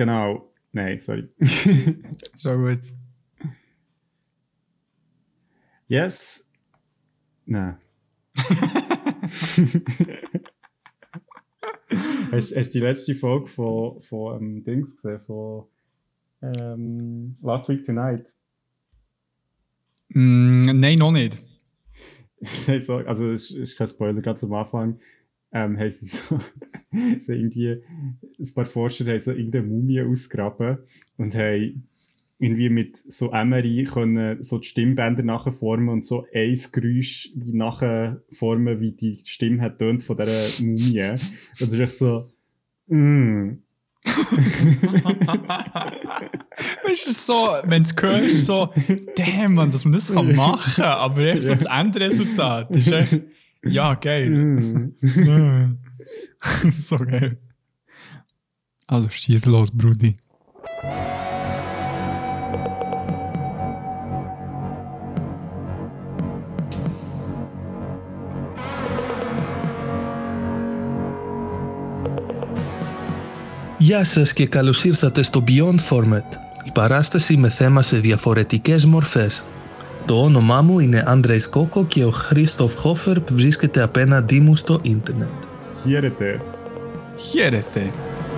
Genau. Nein, sorry. Schon gut. Yes. Nein. Hast du die letzte Folge von Dings gesehen? Von Last Week Tonight? Nein, noch nicht. Also, es ist kein Spoiler, ganz am Anfang haben sie so irgendwie, ein paar Forscher haben so irgendeine Mumie ausgegraben und haben irgendwie mit so Emery können so die Stimmbänder nachformen und so ein Geräusch wie nachformen, wie die Stimme hat tönt von dieser Mumie. Und das ist echt so, Weißt du, so, wenn du es hörst, so, damn, man, dass man das machen kann, aber echt so das Endresultat ist echt, ja, geil. So geil. Also, schieß los, Brudi. Γεια σας και καλώς ήρθατε στο Beyond Format, η παράσταση με θέμα σε διαφορετικές μορφές. Το όνομά μου είναι Άντρεϊς Κόκο και ο Χρήστοφ Χόφερ που βρίσκεται απέναντί μου στο ίντερνετ. Χαίρετε. Χαίρετε.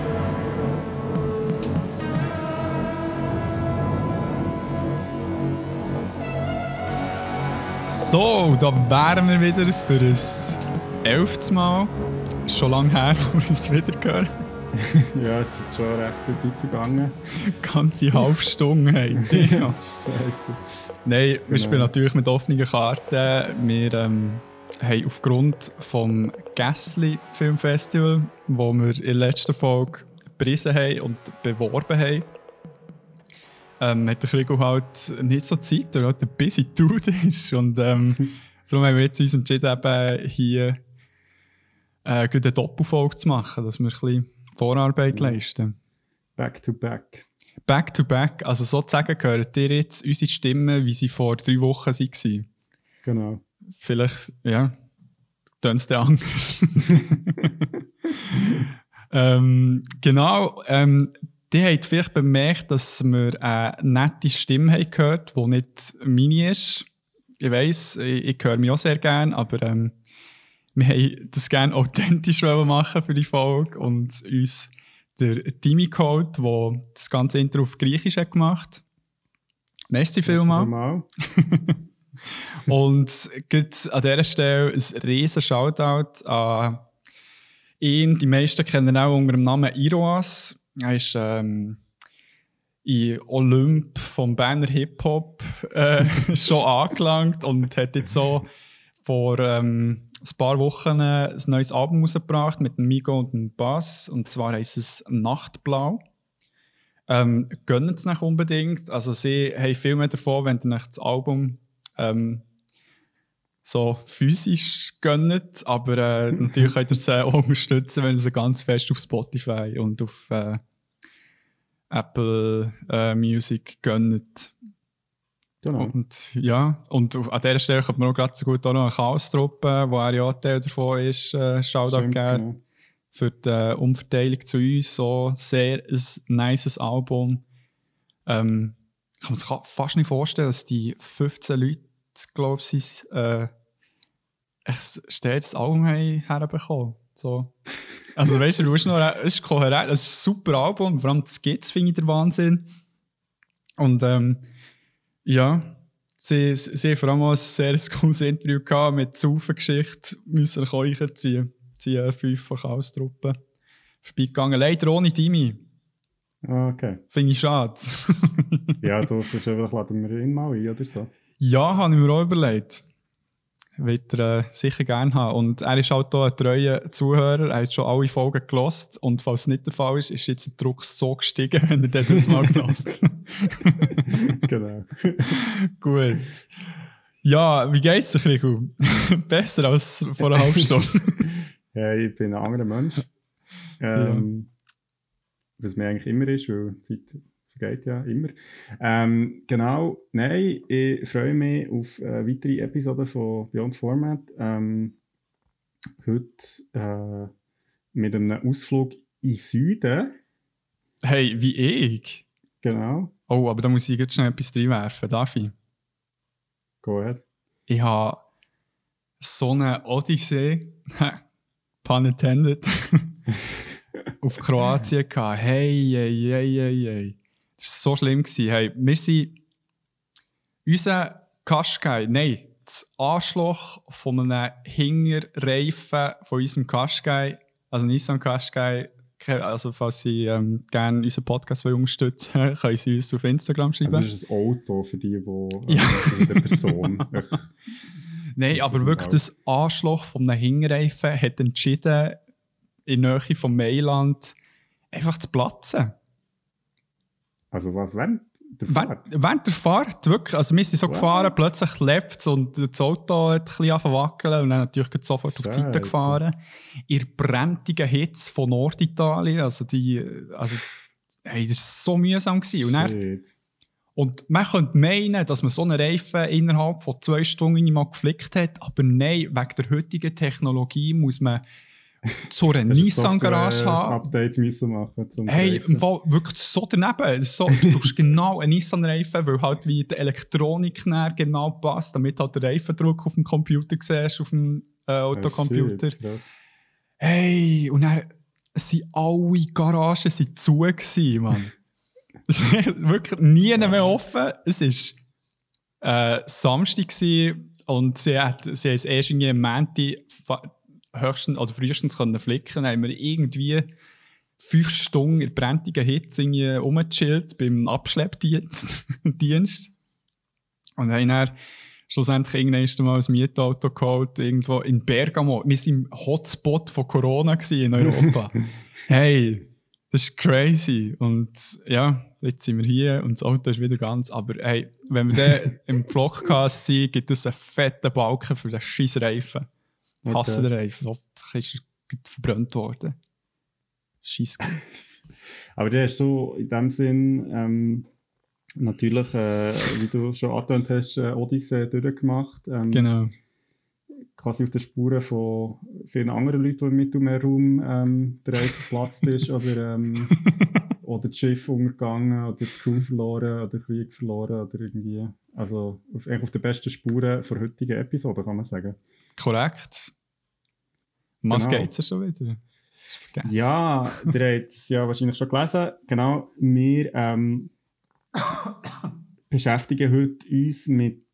So, da wären wir wieder für ein 11. Mal. Ist schon lange her, wo wir uns wieder hören. Ja, es ist schon recht viel Zeit vergangen. Ganze halbe Stunde, hey. Scheiße. Nein, wir spielen natürlich mit offenen Karten. Wir haben aufgrund vom Gässli Filmfestival, wo wir in der letzten Folge gepriesen haben und beworben haben, hat der Krigo halt nicht so Zeit, weil er halt ein busy Dude ist. Und darum haben wir jetzt uns entschieden, eben hier eine Doppelfolge zu machen, dass wir ein bisschen Vorarbeit leisten. Back to back. Back to back. Also sozusagen hört ihr jetzt unsere Stimmen, wie sie vor 3 Wochen waren. Genau. Vielleicht, ja, tun es dann anders. Genau. Die habt vielleicht bemerkt, dass wir eine nette Stimme haben gehört, die nicht meine ist. Ich weiss, ich höre mich auch sehr gerne, aber wir haben das gerne authentisch machen für die Folge und uns der Timmy geholt, der das ganze Intro auf Griechisch hat gemacht. Merci vielmals. Und an dieser Stelle ein riesen Shoutout an ihn. Die meisten kennen ihn auch unter dem Namen Iroas. Er ist in Olymp vom Berner Hip-Hop schon angelangt und hat jetzt so vor ein paar Wochen ein neues Album rausgebracht mit dem Migo und dem Bass. Und zwar heisst es Nachtblau. Gönnt es nicht unbedingt. Also sie haben viel mehr davon, wenn ihr euch das Album so physisch gönnt. Aber natürlich könnt ihr es auch unterstützen, wenn ihr es ganz fest auf Spotify und auf Apple Music gönnt. Genau. Und ja, und an dieser Stelle könnte man auch gerade so gut auch noch eine Chaos-Truppe, wo er ja Teil davon ist, Shoutout geben. Für die Umverteilung zu uns. So sehr ein nices Album. Ich kann mir fast nicht vorstellen, dass die 15 Leute, glaube ich, ein stets Album herbekommen. So. Also weißt du, es ist kohärent, es ist ein super Album, vor allem das Skits finde ich der Wahnsinn. Und ja, sie haben vor allem auch ein sehr cooles Interview gehabt mit Saufengeschichte, müssen euch ziehen. Sie 5 von Chaos-Truppe vorbeigegangen. Leider ohne Timmy. Okay. Finde ich schade. Ja, du vielleicht laden wir ihn mal ein oder so. Ja, habe ich mir auch überlegt. Wird er sicher gerne haben. Und er ist halt hier ein treuer Zuhörer. Er hat schon alle Folgen gehört. Und falls es nicht der Fall ist, ist jetzt der Druck so gestiegen, wenn er das mal gehört. Genau. Gut. Ja, wie geht's dir, Krigo? Besser als vor einer halben Stunde. Ja, ich bin ein anderer Mensch. Was mir eigentlich immer ist, weil die Zeit vergeht ja immer. Genau, nein, ich freue mich auf weitere Episoden von Beyond Format. Heute mit einem Ausflug in den Süden. Hey, wie ich? Genau. Oh, aber da muss ich jetzt schnell etwas reinwerfen. Darf ich? Go ahead. Ich habe so eine Odyssee, pun intended, auf Kroatien gehabt. Hey. Das war so schlimm. Hey, wir sind unser Qashqai, nein, das Arschloch von einem Hinterreifen von unserem Qashqai, also Nissan Qashqai, also falls Sie gerne unseren Podcast unterstützen wollen, können Sie uns auf Instagram schreiben. Also das ist ein Auto für die Ja. der Person. Nein, aber wirklich das Arschloch von einem Hinterreifen hat entschieden, in der Nähe von Mailand einfach zu platzen. Also was, während der Fahrt? Während der Fahrt, wirklich. Also wir sind so gefahren, plötzlich lebt es und das Auto hat ein bisschen angefangen zu wackeln und dann natürlich sofort auf die Seite gefahren. In der brennenden Hitze von Norditalien, hey, das war so mühsam gewesen. Und man könnte meinen, dass man so einen Reifen innerhalb von 2 Stunden mal geflickt hat, aber nein, wegen der heutigen Technologie muss man so eine Nissan-Garage haben. Updates müssen machen. Hey, im Fall wirklich so daneben. So, du brauchst genau einen Nissan-Reifen, weil halt wie die Elektronik genau passt, damit halt der Reifendruck auf dem Computer siehst, auf dem Autocomputer. Hey, und dann sind alle Garagen zu gewesen, Mann. Es war wirklich nie mehr offen. Es war Samstag und sie haben es erst irgendwie am Montag höchstens oder frühestens können flicken. Dann haben wir irgendwie 5 Stunden in brennender Hitze rumgechillt beim Abschleppdienst. Und haben dann schlussendlich irgendwann mal ein Mietauto geholt, irgendwo in Bergamo. Wir waren im Hotspot von Corona in Europa. Hey, das ist crazy. Und ja, jetzt sind wir hier und das Auto ist wieder ganz. Aber hey, wenn wir dann im Vlogcast sind, gibt es einen fetten Balken für den scheiß Reifen. Ich hasse den Reifen. Da ist er verbrannt worden. Scheiss. Aber dann hast du in dem Sinn natürlich, wie du schon angetönt hast, Odyssee durchgemacht. Genau. Quasi auf den Spuren von vielen anderen Leuten, die im Mittelmeerraum der Reise geplatzt ist oder das Schiff untergegangen oder die Crew verloren oder Krieg verloren oder irgendwie. Also auf den besten Spuren der heutigen Episode, kann man sagen. Korrekt. Was Genau. geht's ja schon wieder? Ja, ihr habt es ja wahrscheinlich schon gelesen. Genau, wir beschäftigen heute uns mit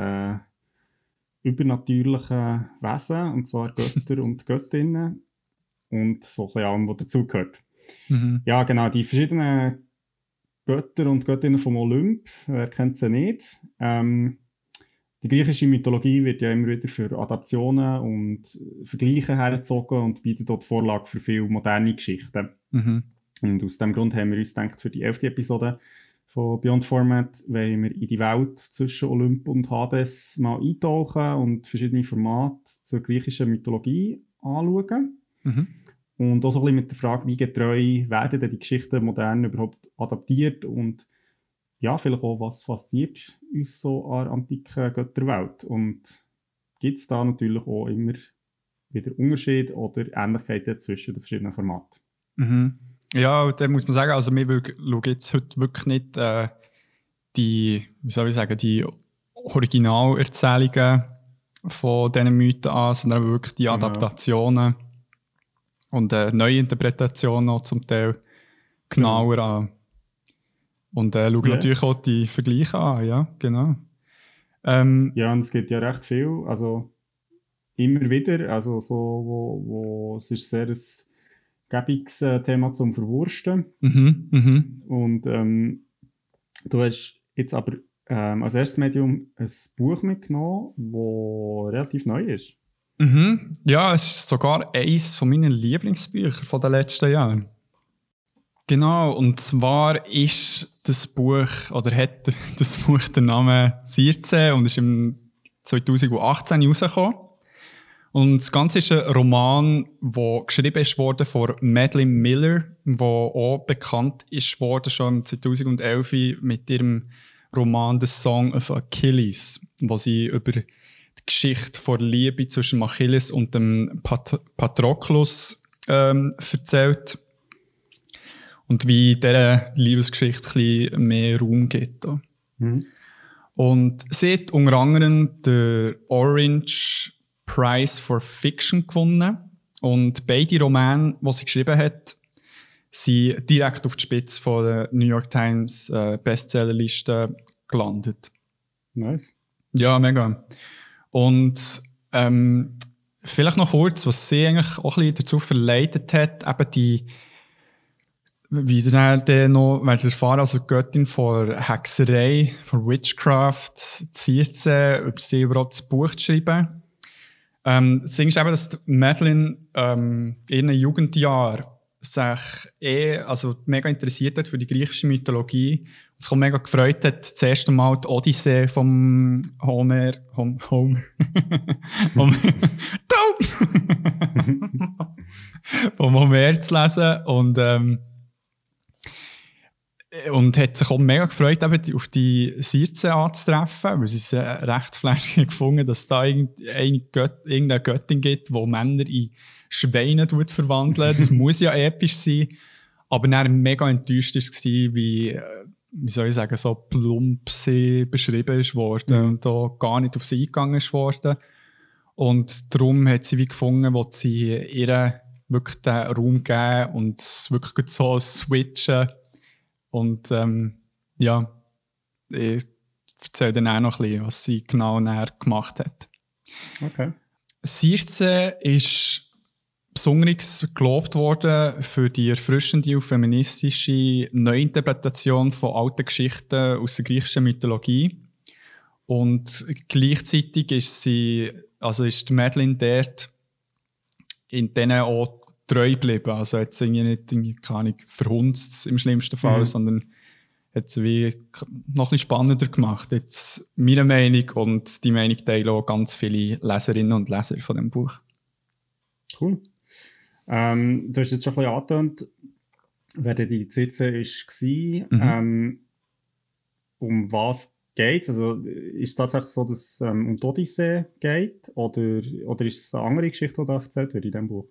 übernatürlichen Wesen, und zwar Götter und Göttinnen und so ein bisschen allem, was dazugehört. Mhm. Ja, genau, die verschiedenen Götter und Göttinnen vom Olymp, wer kennt sie nicht? Die griechische Mythologie wird ja immer wieder für Adaptionen und Vergleiche hergezogen und bietet dort Vorlage für viele moderne Geschichten. Mhm. Und aus diesem Grund haben wir uns gedacht, für die 11. Episode von Beyond Format wollen wir in die Welt zwischen Olymp und Hades mal eintauchen und verschiedene Formate zur griechischen Mythologie anschauen. Mhm. Und auch so ein bisschen mit der Frage, wie getreu werden denn die Geschichten modern überhaupt adaptiert und ja, vielleicht auch, was fasziniert uns so an der antiken Götterwelt. Und gibt es da natürlich auch immer wieder Unterschiede oder Ähnlichkeiten zwischen den verschiedenen Formaten. Mhm. Ja, da muss man sagen, also wir schauen jetzt heute wirklich nicht die Originalerzählungen von diesen Mythen an, sondern wirklich die Adaptationen und Neuinterpretationen auch zum Teil genauer an. Und schauen natürlich auch die Vergleiche an, ja, genau. Ja, und es gibt ja recht viel, also immer wieder, also so, wo es ist sehr ein gäbiges Thema zum Verwursten. Mhm, mhm. Und du hast jetzt aber als erstes Medium ein Buch mitgenommen, das relativ neu ist. Mhm. Ja, es ist sogar eines von meinen Lieblingsbüchern von den letzten Jahren. Genau, und zwar ist das Buch, oder hat das Buch den Namen Circe und ist im 2018 rausgekommen. Und das Ganze ist ein Roman, der geschrieben wurde von Madeline Miller, der auch bekannt ist worden schon im 2011 mit ihrem Roman The Song of Achilles, wo sie über die Geschichte der Liebe zwischen Achilles und dem Patroklos erzählt. Und wie dieser Liebesgeschichte ein bisschen mehr Raum gibt. Und sie hat unter anderem den Orange Prize for Fiction gewonnen. Und beide Romane, die sie geschrieben hat, sind direkt auf die Spitze von der New York Times Bestsellerliste gelandet. Nice. Ja, mega. Und vielleicht noch kurz, was sie eigentlich auch ein bisschen dazu verleitet hat, eben die, wie der noch, weil der erfahren, also Göttin von Hexerei, von Witchcraft, Circe, über sie überhaupt das Buch zu schreiben. Das Ding ist eben, dass Madeleine in ihren Jugendjahren sich also mega interessiert hat für die griechische Mythologie und sich auch mega gefreut hat, das erste Mal die Odyssee vom Homer vom Homer zu lesen und hat sich auch mega gefreut, eben auf die Circe anzutreffen, weil sie es recht flashig gefunden, dass es da irgendeine Göttin gibt, die Männer in Schweine verwandelt. Das muss ja episch sein. Aber dann mega enttäuscht war, wie soll ich sagen, so plump sie beschrieben ist worden und da gar nicht auf sie eingegangen ist worden. Und darum hat sie wie gefunden, wo sie ihr wirklich den Raum geben und wirklich so switchen. Und ja, ich erzähle dann auch noch ein bisschen, was sie genau näher gemacht hat. Okay. Circe ist besonders gelobt worden für die erfrischende und feministische Neuinterpretation von alten Geschichten aus der griechischen Mythologie. Und gleichzeitig ist ist Madeleine dort in denen auch treu geblieben. Also hat sie nicht keine Ahnung, verhunzt im schlimmsten Fall, sondern hat sie wie noch ein bisschen spannender gemacht. Jetzt meine Meinung und die Meinung teilen auch ganz viele Leserinnen und Leser von dem Buch. Cool. Du hast jetzt schon ein bisschen angetönt, wer die Circe war. Um was geht es? Also, ist es tatsächlich so, dass es um die Odyssee geht? Oder ist es eine andere Geschichte, die da erzählt wird in diesem Buch?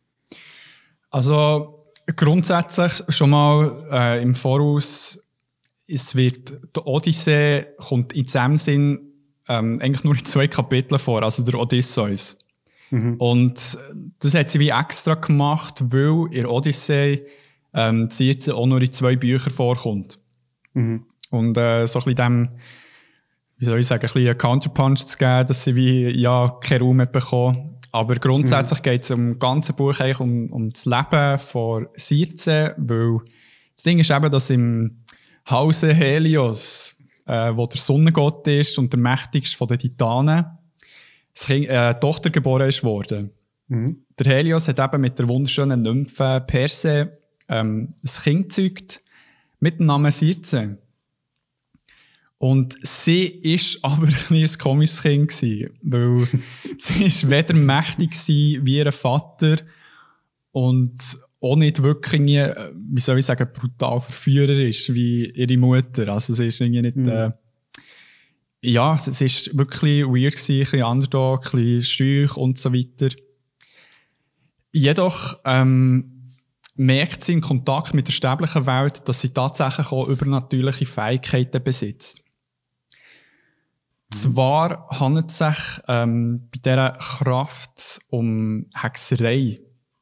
Also grundsätzlich schon mal im Voraus, die Odyssee kommt in diesem Sinn eigentlich nur in 2 Kapiteln vor, also der Odysseus. Und das hat sie wie extra gemacht, weil in Odyssee Circe auch nur in 2 Büchern vorkommt. Und so ein bisschen dem, wie soll ich sagen, ein bisschen einen Counterpunch zu geben, dass sie wie ja keinen Raum hat bekommen. Aber grundsätzlich geht es im ganzen Buch eigentlich um das Leben von Circe, weil das Ding ist eben, dass im Hause Helios, wo der Sonnengott ist und der mächtigste von den Titanen, eine Tochter geboren ist worden. Der Helios hat eben mit der wunderschönen Nymphe Perse ein Kind gezeugt mit dem Namen Circe. Und sie war aber ein kleines komisches Kind gewesen, weil sie ist weder mächtig wie ihr Vater und auch nicht wirklich, wie soll ich sagen, brutal verführerisch wie ihre Mutter. Also sie ist irgendwie nicht, ja, es ist wirklich weird gewesen, ein bisschen Underdog, ein bisschen schüch und so weiter. Jedoch merkt sie in Kontakt mit der sterblichen Welt, dass sie tatsächlich auch übernatürliche Fähigkeiten besitzt. Zwar handelt es sich bei dieser Kraft um Hexerei,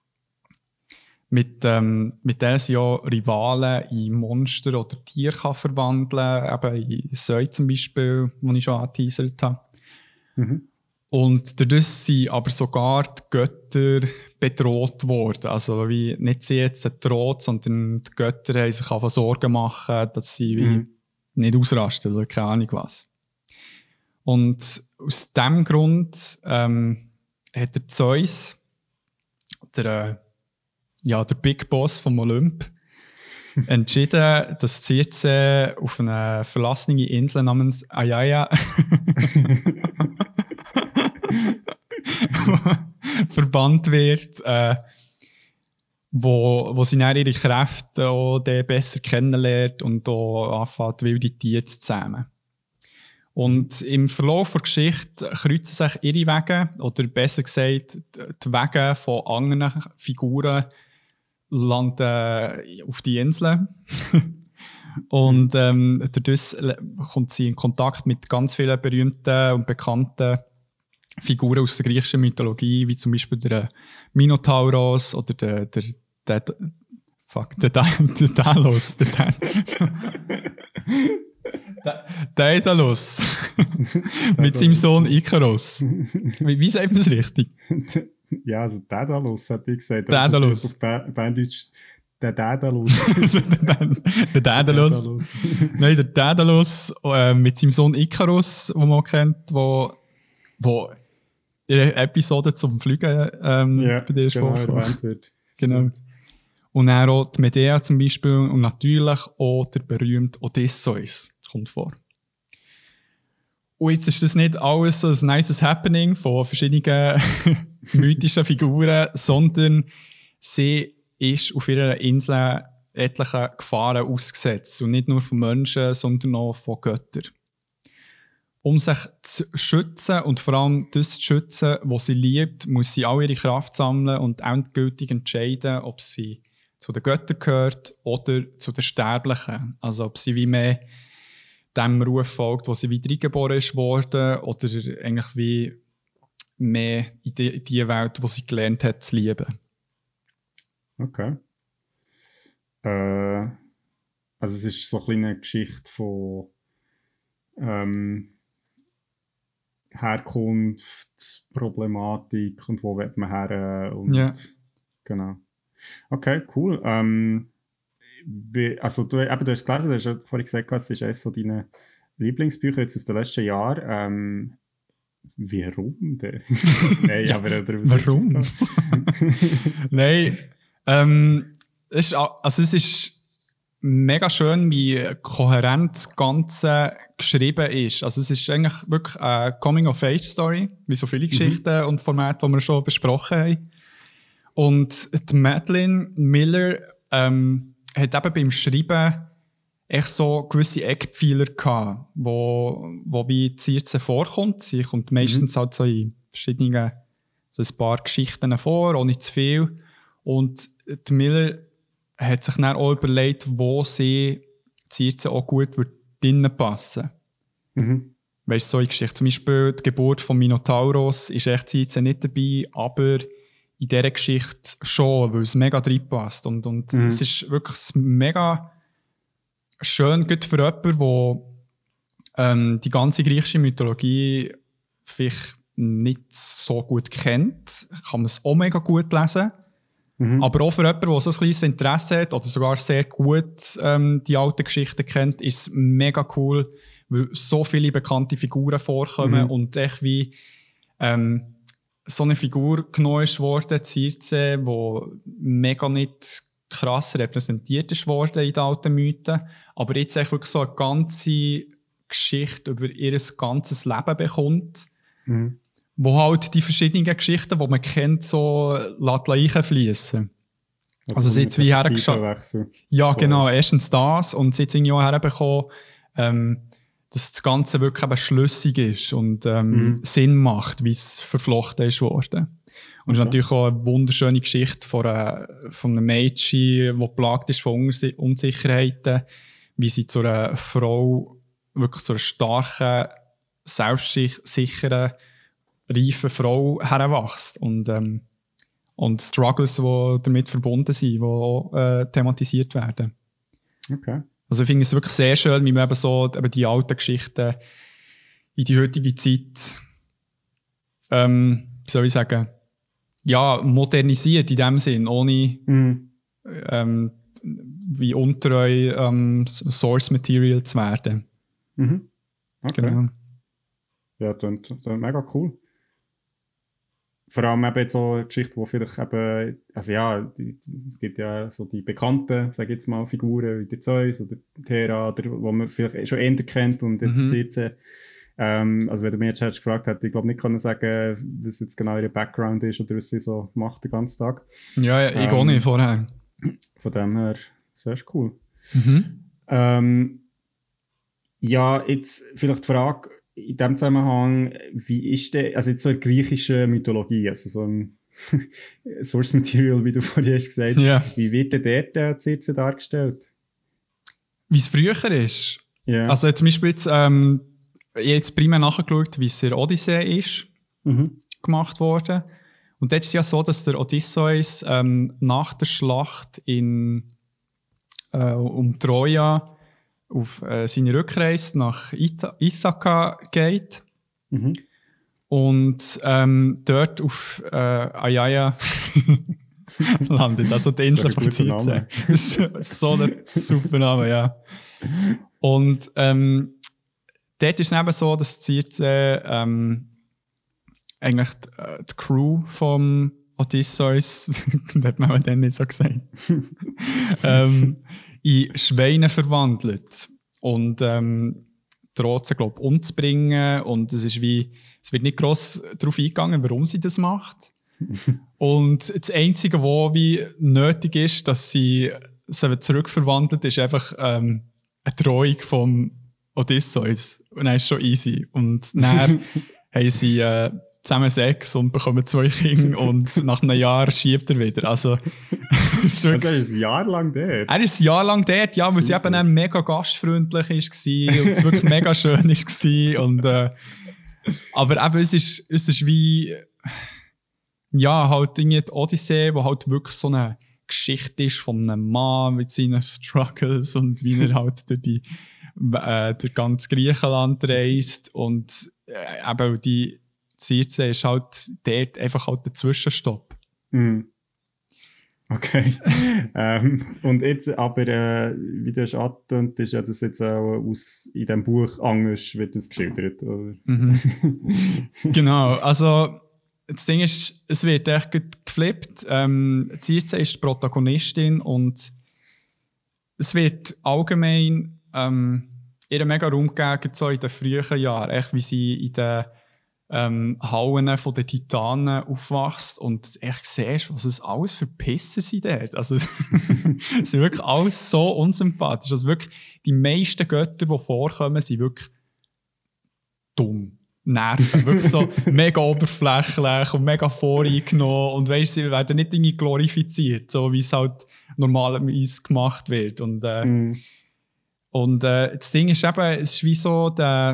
mit der sie ja Rivalen in Monster oder Tiere kann verwandeln kann, eben in Säue zum Beispiel, die ich schon angeteasert habe. Und dadurch sind aber sogar die Götter bedroht worden. Also wie nicht sie jetzt bedroht, sondern die Götter haben sich einfach Sorgen machen, dass sie wie nicht ausrasten oder keine Ahnung was. Und aus diesem Grund hat der Zeus, der Big Boss vom Olymp, entschieden, dass Circe auf eine verlassene Insel namens Aiaia verbannt wird, wo sie dann ihre Kräfte auch besser kennenlernt und auch anfängt, wilde Tiere zu zähmen. Und im Verlauf der Geschichte kreuzen sich ihre Wege, oder besser gesagt, die Wege von anderen Figuren landen auf die Insel. Und dadurch kommt sie in Kontakt mit ganz vielen berühmten und bekannten Figuren aus der griechischen Mythologie, wie zum Beispiel der Minotauros oder der Daedalus. Daedalus. Mit seinem Sohn Ikarus. Wie sagt man es richtig? Ja, also Daedalus, hat ich gesagt. Daedalus. Auf Berndeutsch der Daedalus. Der Daedalus. Nein, der Daedalus mit seinem Sohn Ikarus, den man kennt, wo in einer Episode zum Fliegen bei dir ist vorgekommen. Genau. Und dann auch die Medea zum Beispiel und natürlich auch der berühmte Odysseus kommt vor. Und jetzt ist das nicht alles so ein nices Happening von verschiedenen mythischen Figuren, sondern sie ist auf ihrer Insel etlichen Gefahren ausgesetzt. Und nicht nur von Menschen, sondern auch von Göttern. Um sich zu schützen und vor allem das zu schützen, was sie liebt, muss sie all ihre Kraft sammeln und endgültig entscheiden, ob sie zu den Göttern gehört oder zu den Sterblichen. Also ob sie wie mehr dem Ruf folgt, wo sie wieder reingeboren ist worden, oder eigentlich wie mehr in die Welt, wo sie gelernt hat zu lieben. Okay. Also es ist so eine kleine Geschichte von Herkunft, Problematik und wo will man her und genau. Okay, cool. Also du hast es gelesen, du hast ja vorhin gesagt, es ist eines von deinen Lieblingsbüchern jetzt aus den letzten Jahren. Warum denn? Nein, ja, aber warum? Nein, es ist mega schön, wie kohärent das Ganze geschrieben ist. Also es ist eigentlich wirklich eine Coming-of-Age-Story, wie so viele Geschichten und Formate, die wir schon besprochen haben. Und die Madeline Miller hat eben beim Schreiben echt so gewisse Eckpfeiler gehabt, wo wie Circe vorkommt. Sie kommt meistens halt so in verschiedenen, so ein paar Geschichten vor, auch nicht zu viel. Und die Miller hat sich dann auch überlegt, wo sie Circe auch gut drinnen passen. Weißt du, so eine Geschichte. Zum Beispiel die Geburt von Minotauros ist echt Circe nicht dabei, aber in dieser Geschichte schon, weil es mega reinpasst. Und es ist wirklich mega schön, gut für jemanden, der die ganze griechische Mythologie vielleicht nicht so gut kennt, kann man es auch mega gut lesen. Aber auch für jemanden, der so ein kleines Interesse hat oder sogar sehr gut die alten Geschichten kennt, ist es mega cool, weil so viele bekannte Figuren vorkommen und echt wie so eine Figur genommen ist worden, Circe, die mega nicht krass repräsentiert ist worden in den alten Mythen, aber jetzt echt wirklich so eine ganze Geschichte über ihr ganzes Leben bekommt, wo halt die verschiedenen Geschichten, die man kennt, so einfließen. Also sie jetzt wie hergeschaut. Ja, genau. Erstens das und sie jetzt irgendwie auch herbekommen, dass das Ganze wirklich eben schlüssig ist und Sinn macht, wie es verflochten ist worden. Und es ist natürlich auch eine wunderschöne Geschichte von einem Mädchen, die plagt ist von Unsicherheiten, wie sie zu einer Frau, wirklich zu einer starken, selbstsicheren, reifen Frau heranwächst. Und Struggles, die damit verbunden sind, die auch thematisiert werden. Okay. Also ich finde es wirklich sehr schön, wie man eben so eben die alten Geschichten in die heutige Zeit, wie soll ich sagen, ja, modernisiert in dem Sinn, ohne wie untreu Source Material zu werden. Okay. Genau. Ja, das ist mega cool. Vor allem eben so eine Geschichte, wo vielleicht eben, also ja, es gibt ja so die bekannten, sage ich jetzt mal, Figuren wie der Zeus oder Hera, oder wo man vielleicht schon eher kennt und jetzt Circe. Also wenn du mir jetzt hättest gefragt, hätte ich glaube nicht können sagen, was jetzt genau ihr Background ist oder was sie so macht den ganzen Tag. Ja, ich auch nicht vorher. Von dem her, sehr cool. Ja, jetzt vielleicht die Frage in dem Zusammenhang, wie ist denn, also jetzt so eine griechische Mythologie, also so Source Material, wie du vorhin hast gesagt. Ja. Wie wird denn dort Circe dargestellt? Wie es früher ist. Ja. Also zum Beispiel jetzt, ich habe jetzt primär nachgeschaut, wie es in der Odyssee ist gemacht worden. Und dort ist es ja so, dass der Odysseus nach der Schlacht um Troja auf seine Rückreise nach Ithaka geht. Und dort auf Aiaia landet, also die Insel von Circe. Das ist so ein super Name, ja. Und dort ist es eben so, dass Circe eigentlich die Crew vom Odysseus, das hat man dann nicht so gesagt, in Schweine verwandelt. Und droht sie, glaube ich, umzubringen. Und es wird nicht gross darauf eingegangen, warum sie das macht. Und das Einzige, was wie nötig ist, dass sie zurückverwandelt, ist einfach eine Drohung vom Odysseus. Und dann ist es schon easy. Und dann haben sie zusammen Sex und bekommen 2 Kinder und nach einem Jahr schiebt er wieder. Also, er ist ein Jahr lang dort? Er ist ein Jahr lang dort, ja, weil sie eben auch mega gastfreundlich war und es wirklich mega schön war. Und, aber eben, es ist wie, ja, halt irgendwie die Odyssee, wo halt wirklich so eine Geschichte ist von einem Mann mit seinen Struggles und wie er halt durch ganz Griechenland reist und eben die Circe ist halt dort einfach halt der Zwischenstopp. Okay. Und jetzt aber, wie du hast angetönt, ist ja das jetzt auch in diesem Buch anders wird das geschildert, oder? Genau, also das Ding ist, es wird echt geflippt. Circe ist die Protagonistin und es wird allgemein ihr mega Raum gegeben, so in den frühen Jahren, echt wie sie in den Hauen von den Titanen aufwachst und echt siehst, was es alles für Pisser sind dort. Also, es sind wirklich alles so unsympathisch. Also wirklich, die meisten Götter, die vorkommen, sind wirklich dumm. Nerven. Wirklich so mega oberflächlich und mega voreingenommen. Und weisst, sie werden nicht irgendwie glorifiziert, so wie es halt normalerweise gemacht wird. Und das Ding ist eben, es ist wie so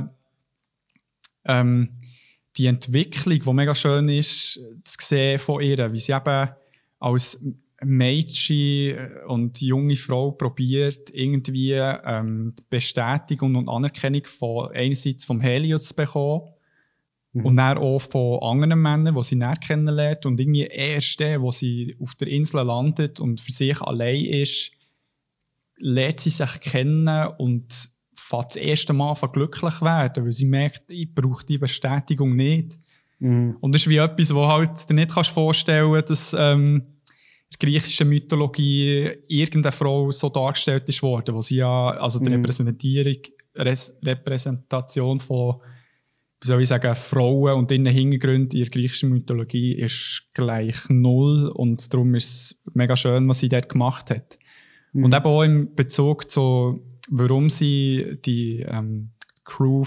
die Entwicklung, die mega schön ist, zu sehen von ihr, wie sie eben als Mädchen und junge Frau probiert, irgendwie die Bestätigung und Anerkennung von einerseits vom Helios zu bekommen und dann auch von anderen Männern, die sie näher kennenlernt und irgendwie erst dann, wo sie auf der Insel landet und für sich allein ist, lernt sie sich kennen und fängt das erste Mal an glücklich werden, weil sie merkt, ich brauche die Bestätigung nicht. Und das ist wie etwas, wo halt dir nicht vorstellen kannst, dass in der griechischen Mythologie irgendeine Frau so dargestellt ist worden, wo sie ja, also die Repräsentation von, wie soll ich sagen, Frauen und ihren Hintergründen in der griechischen Mythologie ist gleich 0 und darum ist es mega schön, was sie dort gemacht hat. Und eben auch im Bezug zu warum sie die Crew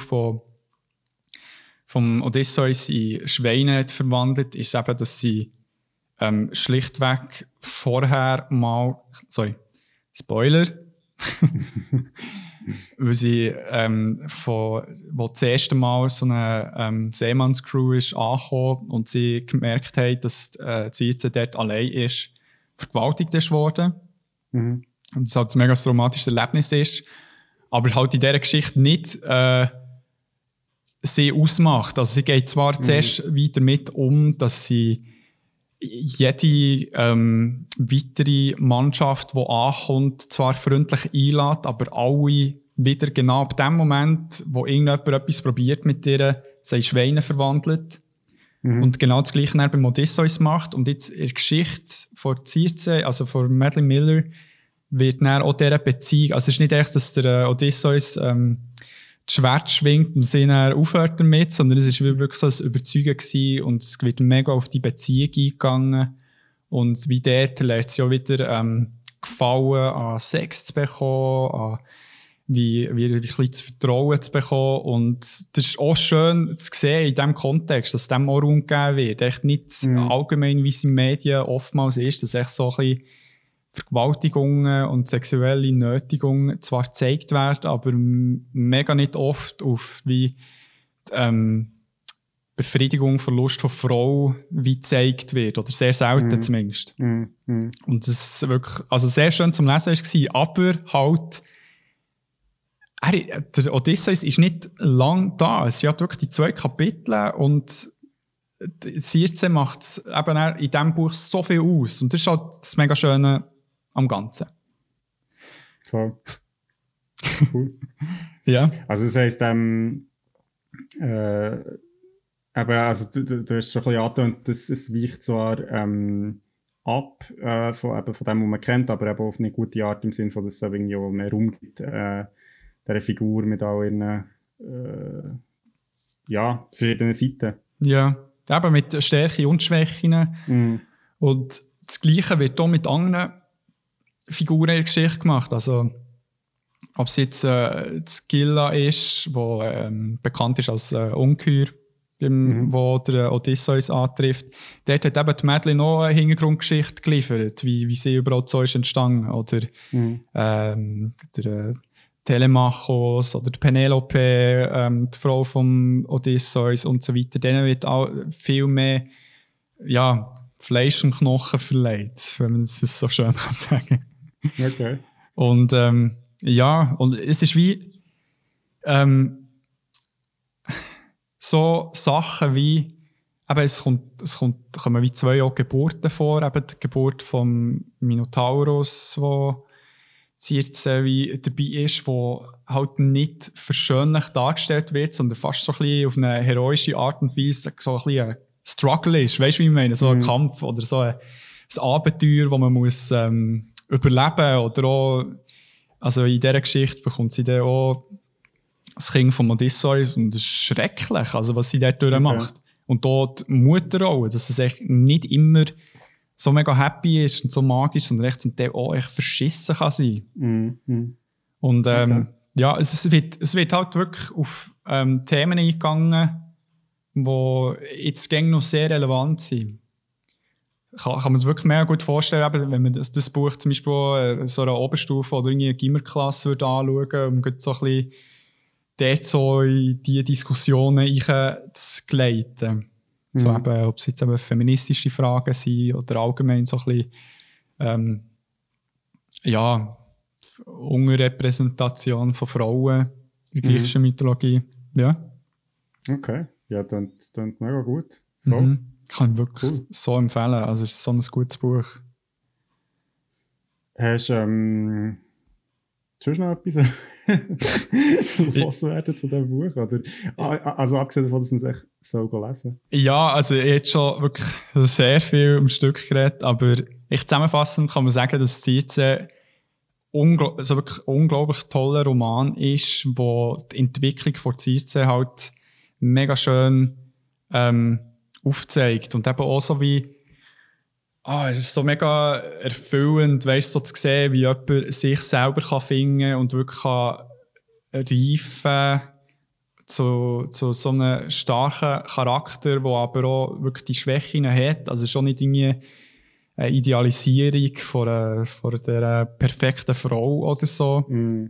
vom Odysseus in Schweine verwandelt, ist eben, dass sie schlichtweg vorher mal, Spoiler, weil sie wo das erste Mal so eine Seemannscrew ist angekommen und sie gemerkt haben, dass Circe dort allein ist, vergewaltigt ist worden. Und es halt ein mega traumatisches Erlebnis ist, aber halt in dieser Geschichte nicht sie ausmacht. Also sie geht zwar zuerst weiter mit um, dass sie jede weitere Mannschaft, die ankommt, zwar freundlich einlädt, aber alle wieder genau ab dem Moment, wo irgendjemand etwas probiert mit ihr, sind Schweine verwandelt. Und genau das Gleiche beim Odysseus macht. Und jetzt in der Geschichte von Circe, also von Madeline Miller, wird dann auch dieser Beziehung, also es ist nicht echt, dass der Odysseus das Schwert schwingt und sie dann aufhört damit, sondern es war wirklich so ein Überzeugen gewesen und es wird mega auf die Beziehung eingegangen und wie dort lernt sie auch wieder Gefallen an Sex zu bekommen, an wie ein bisschen das Vertrauen zu bekommen. Und das ist auch schön zu sehen in diesem Kontext, dass dem auch Raum gegeben wird. Echt nicht allgemein, wie es in den Medien oftmals ist, dass echt so ein bisschen Vergewaltigungen und sexuelle Nötigungen zwar gezeigt werden, aber mega nicht oft auf wie die Befriedigung, Verlust von Frau wie gezeigt wird. Oder sehr selten zumindest. Und das ist wirklich, also sehr schön zum Lesen war, aber halt, der Odysseus ist nicht lang da. Es hat wirklich die 2 Kapitel und Circe macht es eben in diesem Buch so viel aus. Und das ist halt das mega Schöne am Ganzen. Voll. Cool. Ja. Also das heisst, aber also du hast schon ein bisschen angetönt, dass es weicht zwar ab von dem, was man kennt, aber eben auf eine gute Art im Sinne von, dass es irgendwie auch mehr Raum gibt, dieser Figur mit all ihren verschiedenen Seiten. Ja, eben mit Stärken und Schwächen. Und das Gleiche wird auch mit anderen Figuren in der Geschichte gemacht. Also, ob es jetzt Scylla ist, wo bekannt ist als Ungeheuer, wo der Odysseus antrifft. Dort hat eben die Madeline auch eine Hintergrundgeschichte geliefert, wie sie überhaupt so ist entstanden. Oder der Telemachos oder die Penelope, die Frau von Odysseus und so weiter. Denen wird auch viel mehr Fleisch und Knochen verleiht, wenn man das so schön kann sagen. Okay. Und und es ist wie so Sachen wie, eben es kommen wie 2 Geburten vor, eben die Geburt vom Minotaurus, wo Circe wie dabei ist, wo halt nicht verschönlich dargestellt wird, sondern fast so ein bisschen auf eine heroische Art und Weise so ein bisschen ein Struggle ist, weißt du, wie ich meine? So ein Kampf oder so ein Abenteuer, das man muss überleben oder auch, also in dieser Geschichte bekommt sie dann auch das Kind von Odysseus und das ist schrecklich, also was sie dort durchmacht. Und dort die Mutterrolle, dass es echt nicht immer so mega happy ist und so magisch, sondern echt zum Teil auch echt verschissen kann sein. Und es wird halt wirklich auf Themen eingegangen, die jetzt noch sehr relevant sind. Kann man es wirklich mehr gut vorstellen, wenn man das Buch zum Beispiel so einer Oberstufe oder eine Gimmerklasse anschauen würde, um so ein bisschen dort so in diese Diskussionen zu gleiten. So eben, ob es jetzt eben feministische Fragen sind oder allgemein so ein bisschen Unterrepräsentation von Frauen in der griechischen Mythologie. Ja. Okay, ja, dann mega gut. Kann ich wirklich so empfehlen. Also es ist so ein gutes Buch. Hast du sonst noch etwas loswerden zu diesem Buch? Oder, also abgesehen davon, dass man es echt so lesen soll? Ja, also ich habe schon wirklich sehr viel am Stück geredet, aber zusammenfassend kann man sagen, dass Circe so wirklich unglaublich toller Roman ist, wo die Entwicklung von Circe halt mega schön aufzeigt. Und eben auch so wie, es ist so mega erfüllend, weißt, so zu sehen, wie jemand sich selber kann finden und wirklich kann reifen zu so einem starken Charakter, der aber auch wirklich die Schwächen hat. Also schon nicht irgendwie eine Idealisierung von der perfekten Frau oder so.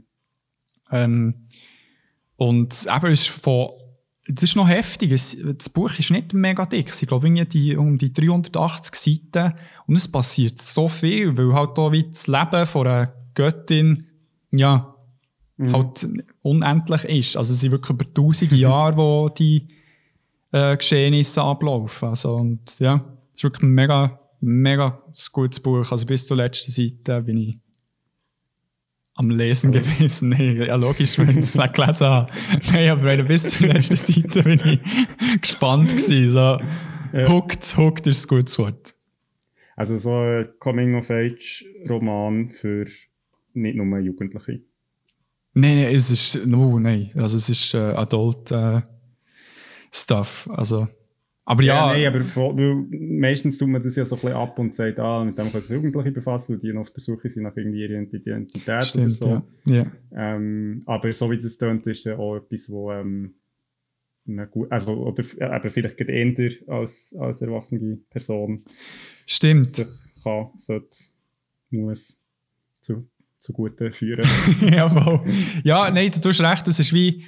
Und eben das ist noch heftig. Das Buch ist nicht mega dick. Ich glaube, um die 380 Seiten. Und es passiert so viel, weil halt auch wie das Leben von einer Göttin, halt unendlich ist. Also es sind wirklich über 1000 Jahre, wo die Geschehnisse ablaufen. Also, und ja, es ist wirklich ein mega, mega gutes Buch. Also bis zur letzten Seite bin ich am Lesen gewesen. Nee, ja, logisch, wenn ich es nicht gelesen habe. Nein, aber bis zur letzten Seite bin ich gespannt gewesen. So, hooked ist ein gutes Wort. Also so ein Coming-of-Age-Roman für nicht nur Jugendliche? Nein, es ist, also es ist Adult Stuff. Also Aber ja. Nein, aber weil meistens tut man das ja so ein bisschen ab und sagt, mit dem können sich Jugendliche befassen, und die noch auf der Suche sind nach irgendwie ihrer Identität. Stimmt, oder so. Ja. Aber so wie das tönt, ist ja auch etwas, wo gut, also, oder eben vielleicht gerade eher als erwachsene Person Stimmt. sich muss zu Guten führen. Jawohl. Ja, nein, du hast recht, das ist wie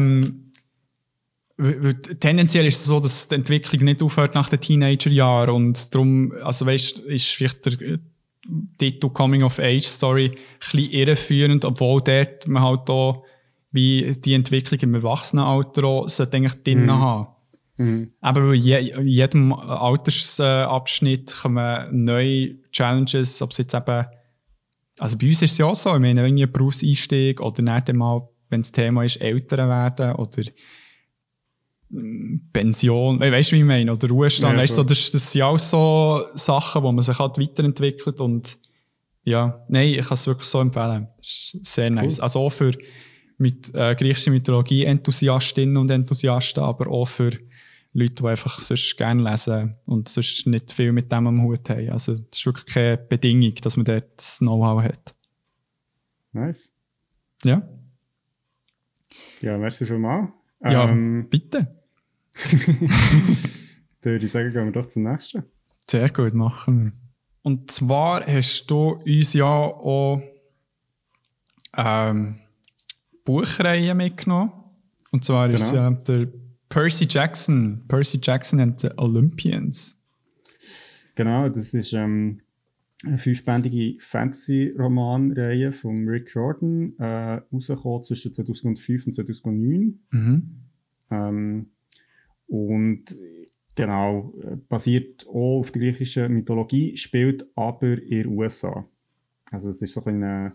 tendenziell ist es so, dass die Entwicklung nicht aufhört nach den Teenagerjahren und darum, also weißt, ist vielleicht der Titel Coming-of-Age-Story ein bisschen irreführend, obwohl dort man halt auch wie die Entwicklung im Erwachsenenalter auch sollte eigentlich drin haben. Aber weil in jedem Altersabschnitt kommen neue Challenges, ob es jetzt eben, also bei uns ist es ja auch so, ich meine, irgendwie ein Berufseinstieg oder dann mal, wenn das Thema ist, Eltern werden oder Pension, weißt du, wie ich meine, oder Ruhestand, Ja, weißt du, das sind auch so Sachen, wo man sich halt weiterentwickelt und ja, nein, ich kann es wirklich so empfehlen. Das ist sehr nice. Cool. Also auch für griechische Mythologie-Enthusiastinnen und Enthusiasten, aber auch für Leute, die einfach sonst gerne lesen und sonst nicht viel mit dem am Hut haben. Also das ist wirklich keine Bedingung, dass man dort das Know-how hat. Nice. Ja. Ja, merci vielmals. Ja, bitte. Dann würde ich sagen, gehen wir doch zum nächsten. Sehr gut, machen wir. Und zwar hast du uns ja auch Buchreihen mitgenommen. Und zwar ist es der Percy Jackson and the Olympians. Genau, das ist eine 5-bändige Fantasy-Romanreihe von Rick Riordan, rausgekommen zwischen 2005 und 2009. Und genau, basiert auch auf der griechischen Mythologie, spielt aber in den USA. Also es ist so eine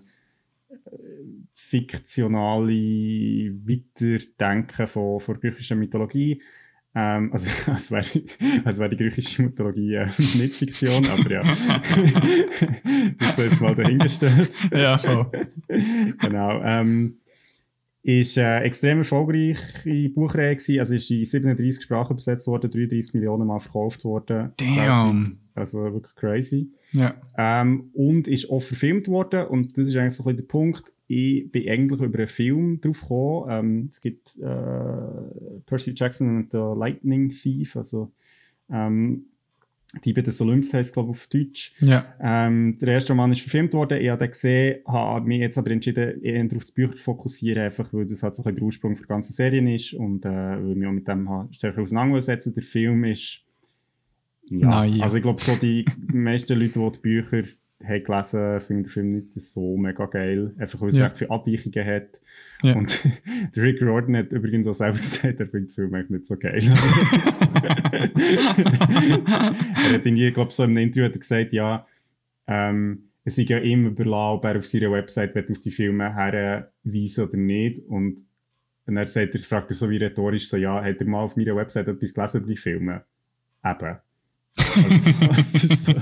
fiktionale Weiterdenken von griechischer Mythologie. Also als wäre die griechische Mythologie nicht Fiktion, aber ja. Das ist jetzt mal dahingestellt. Ja, so. Genau. Ist extrem erfolgreiche Buchreihe gewesen. Also ist in 37 Sprachen übersetzt worden, 33 Millionen Mal verkauft worden. Damn! Also wirklich crazy. Ja. Und ist auch verfilmt worden. Und das ist eigentlich so ein bisschen der Punkt. Ich bin eigentlich über einen Film drauf gekommen. Es gibt Percy Jackson and the Lightning Thief, also die bei den Olymps heisst, glaube ich, auf Deutsch. Ja. Der erste Roman ist verfilmt worden. Ich habe den gesehen, habe mich jetzt aber entschieden, eher auf das Buch zu fokussieren, einfach weil das halt so ein bisschen der Ursprung für die ganze Serie ist und weil ich mich auch mit dem stärker auseinandersetzen. Der Film ist also ich glaube, so die meisten Leute, die Bücher haben gelesen, finden den Film nicht so mega geil. Einfach weil es recht viele Abweichungen hat. Ja. Und der Rick Riordan hat übrigens auch selber gesagt, er findet den Film eigentlich nicht so geil. Er hat irgendwie, glaube ich, so im Interview hat er gesagt, ja, es ist ja immer überlassen, ob er auf seiner Website auf die Filme herweisen oder nicht. Und er sagt, fragt er so wie rhetorisch so, ja, hat er mal auf meiner Website etwas gelesen über die Filme? Eben. Also,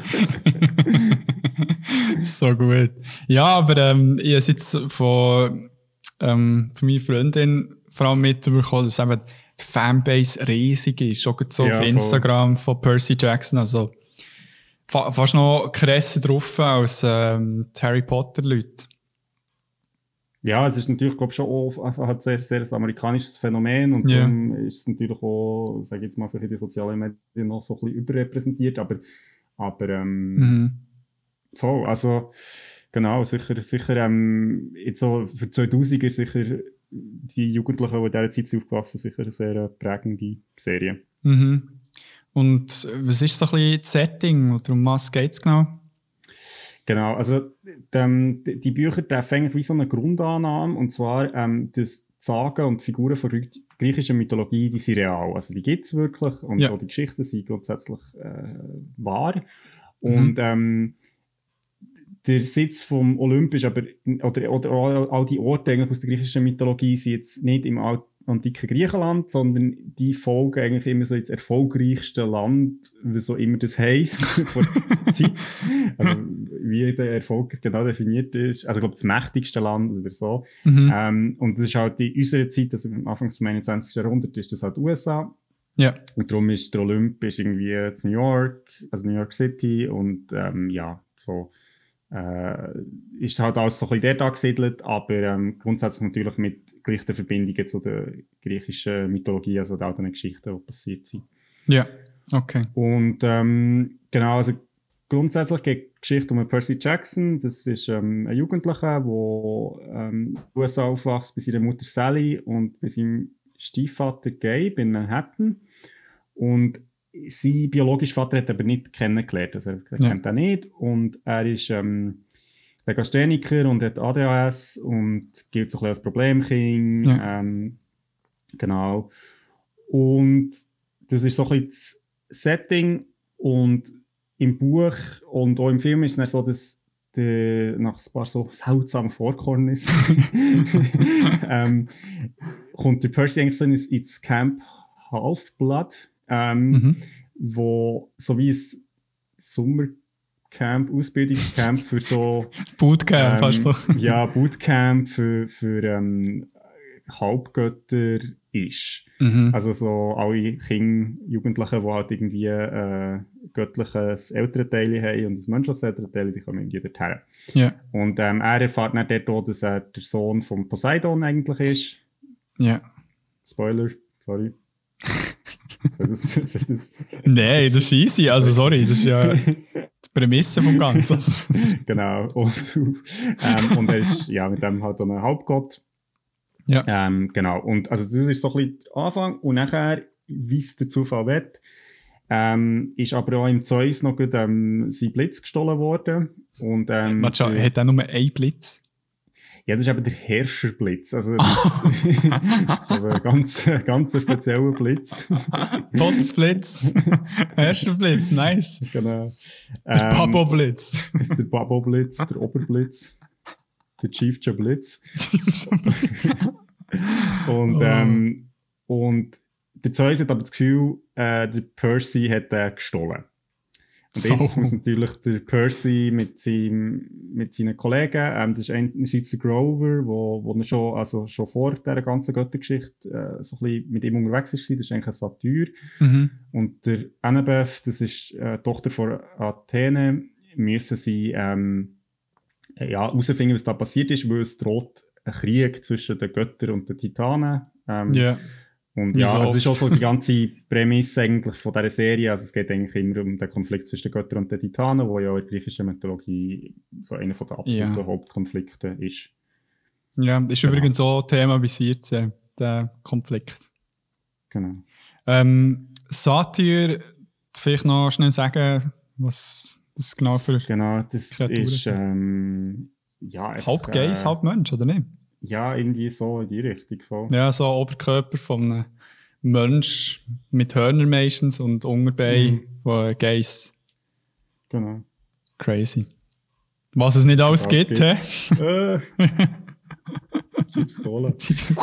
so gut. Ja, aber ich habe jetzt von meiner Freundin vor allem mitbekommen, dass eben die Fanbase riesig ist. Auch so auf Instagram von Percy Jackson. Also fast noch krasser drauf als die Harry Potter-Leute. Ja, es ist natürlich, glaube ich, schon auch einfach sehr, sehr ein amerikanisches Phänomen und darum ist es natürlich auch, sage ich jetzt mal, für die sozialen Medien noch so ein bisschen überrepräsentiert, aber voll, also genau, sicher jetzt so für 2000er sicher die Jugendlichen, die in dieser Zeit aufgewachsen sind, sicher eine sehr prägende Serie. Mhm. Und was ist so ein bisschen das Setting oder um was geht es genau? Genau, also die Bücher treffen eigentlich wie so eine Grundannahme, und zwar, dass die Sagen und die Figuren von griechischer Mythologie, die sind real. Also die gibt es wirklich und auch die Geschichten sind grundsätzlich wahr. Und der Sitz vom Olymp ist aber, oder all die Orte eigentlich aus der griechischen Mythologie sind jetzt nicht im antiken Griechenland, sondern die folgen eigentlich immer so ins erfolgreichste Land, wie so immer das heisst, vor der Zeit. Also, wie der Erfolg genau definiert ist. Also, ich glaube, das mächtigste Land oder so. Und das ist halt in unserer Zeit, also am Anfang des 21. Jahrhunderts, ist das halt USA. Ja. Und darum ist der Olymp ist irgendwie in New York, also New York City und so ist halt alles so ein bisschen dort angesiedelt, aber grundsätzlich natürlich mit gleichen Verbindungen zu der griechischen Mythologie, also all den Geschichten, die passiert sind. Ja, okay. Und genau, also grundsätzlich geht die Geschichte um Percy Jackson. Das ist ein Jugendlicher, der in den USA aufwächst bei seiner Mutter Sally und bei seinem Stiefvater Gabe in Manhattan. Und sein biologischer Vater hat er aber nicht kennengelernt. Also er kennt ihn nicht. Und er ist Legastheniker und hat ADHS und gilt so ein bisschen als Problemkind. Ja. Genau. Und das ist so ein bisschen das Setting. Und im Buch und auch im Film ist es dann so, dass nach ein paar so seltsamen Vorkommnissen kommt der Percy Jackson ins Camp Half-Blood, wo so wie ein Sommercamp, Ausbildungscamp für so Bootcamp, fast so. Ja, Bootcamp für Halbgötter ist. Also so alle Kinder, Jugendliche, die halt irgendwie göttliches Elternteil haben und ein menschliches Elternteil, die kommen irgendwie dorthin. Ja. Und er erfährt dann dort auch, dass er der Sohn von Poseidon eigentlich ist. Ja. Spoiler, sorry. Nein, das ist easy, also sorry, das ist ja die Prämisse vom Ganzen. Genau, und er ist ja mit dem halt auch ein Halbgott. Ja. Genau, und also das ist so ein bisschen der Anfang und nachher, wie es der Zufall will, ist aber auch im Zeus noch gut, sein Blitz gestohlen worden. Und, Warte schon, hat er nur einen Blitz? Ja, das ist aber der Herrscherblitz. Also, das ist aber ein ganz spezieller Blitz. Potzblitz, Herrscherblitz, nice. Genau. Der Babo-Blitz. Der Babo-Blitz, der Oberblitz, der Chieftain Blitz. Und der Zeus hat aber das Gefühl, der Percy hat den gestohlen. Und jetzt muss natürlich der Percy mit seinen Kollegen, das ist einerseits der Grover, wo er schon vor dieser ganzen Göttergeschichte so ein bisschen mit ihm unterwegs war, das ist eigentlich ein Satyr. Und der Annabeth, das ist die Tochter von Athene, müssen sie herausfinden, was da passiert ist, weil es droht ein Krieg zwischen den Göttern und den Titanen. Und ja, also das ist auch so die ganze Prämisse eigentlich von dieser Serie. Also es geht eigentlich immer um den Konflikt zwischen den Göttern und den Titanen, wo ja in der griechischen Mythologie so einer der absoluten Hauptkonflikte ist. Ja, ist übrigens so Thema bis jetzt, der Konflikt. Genau. Satyr, vielleicht noch schnell sagen, was das genau für das Kreaturen ist halb Geist, halb Mensch, oder nicht? Ja, irgendwie so in die Richtung. Voll. Ja, so Oberkörper von einem Mensch mit Hörner meistens und Unterbein von Geist. Genau. Crazy. Was es nicht alles gibt, hä? Chips Cola. Chips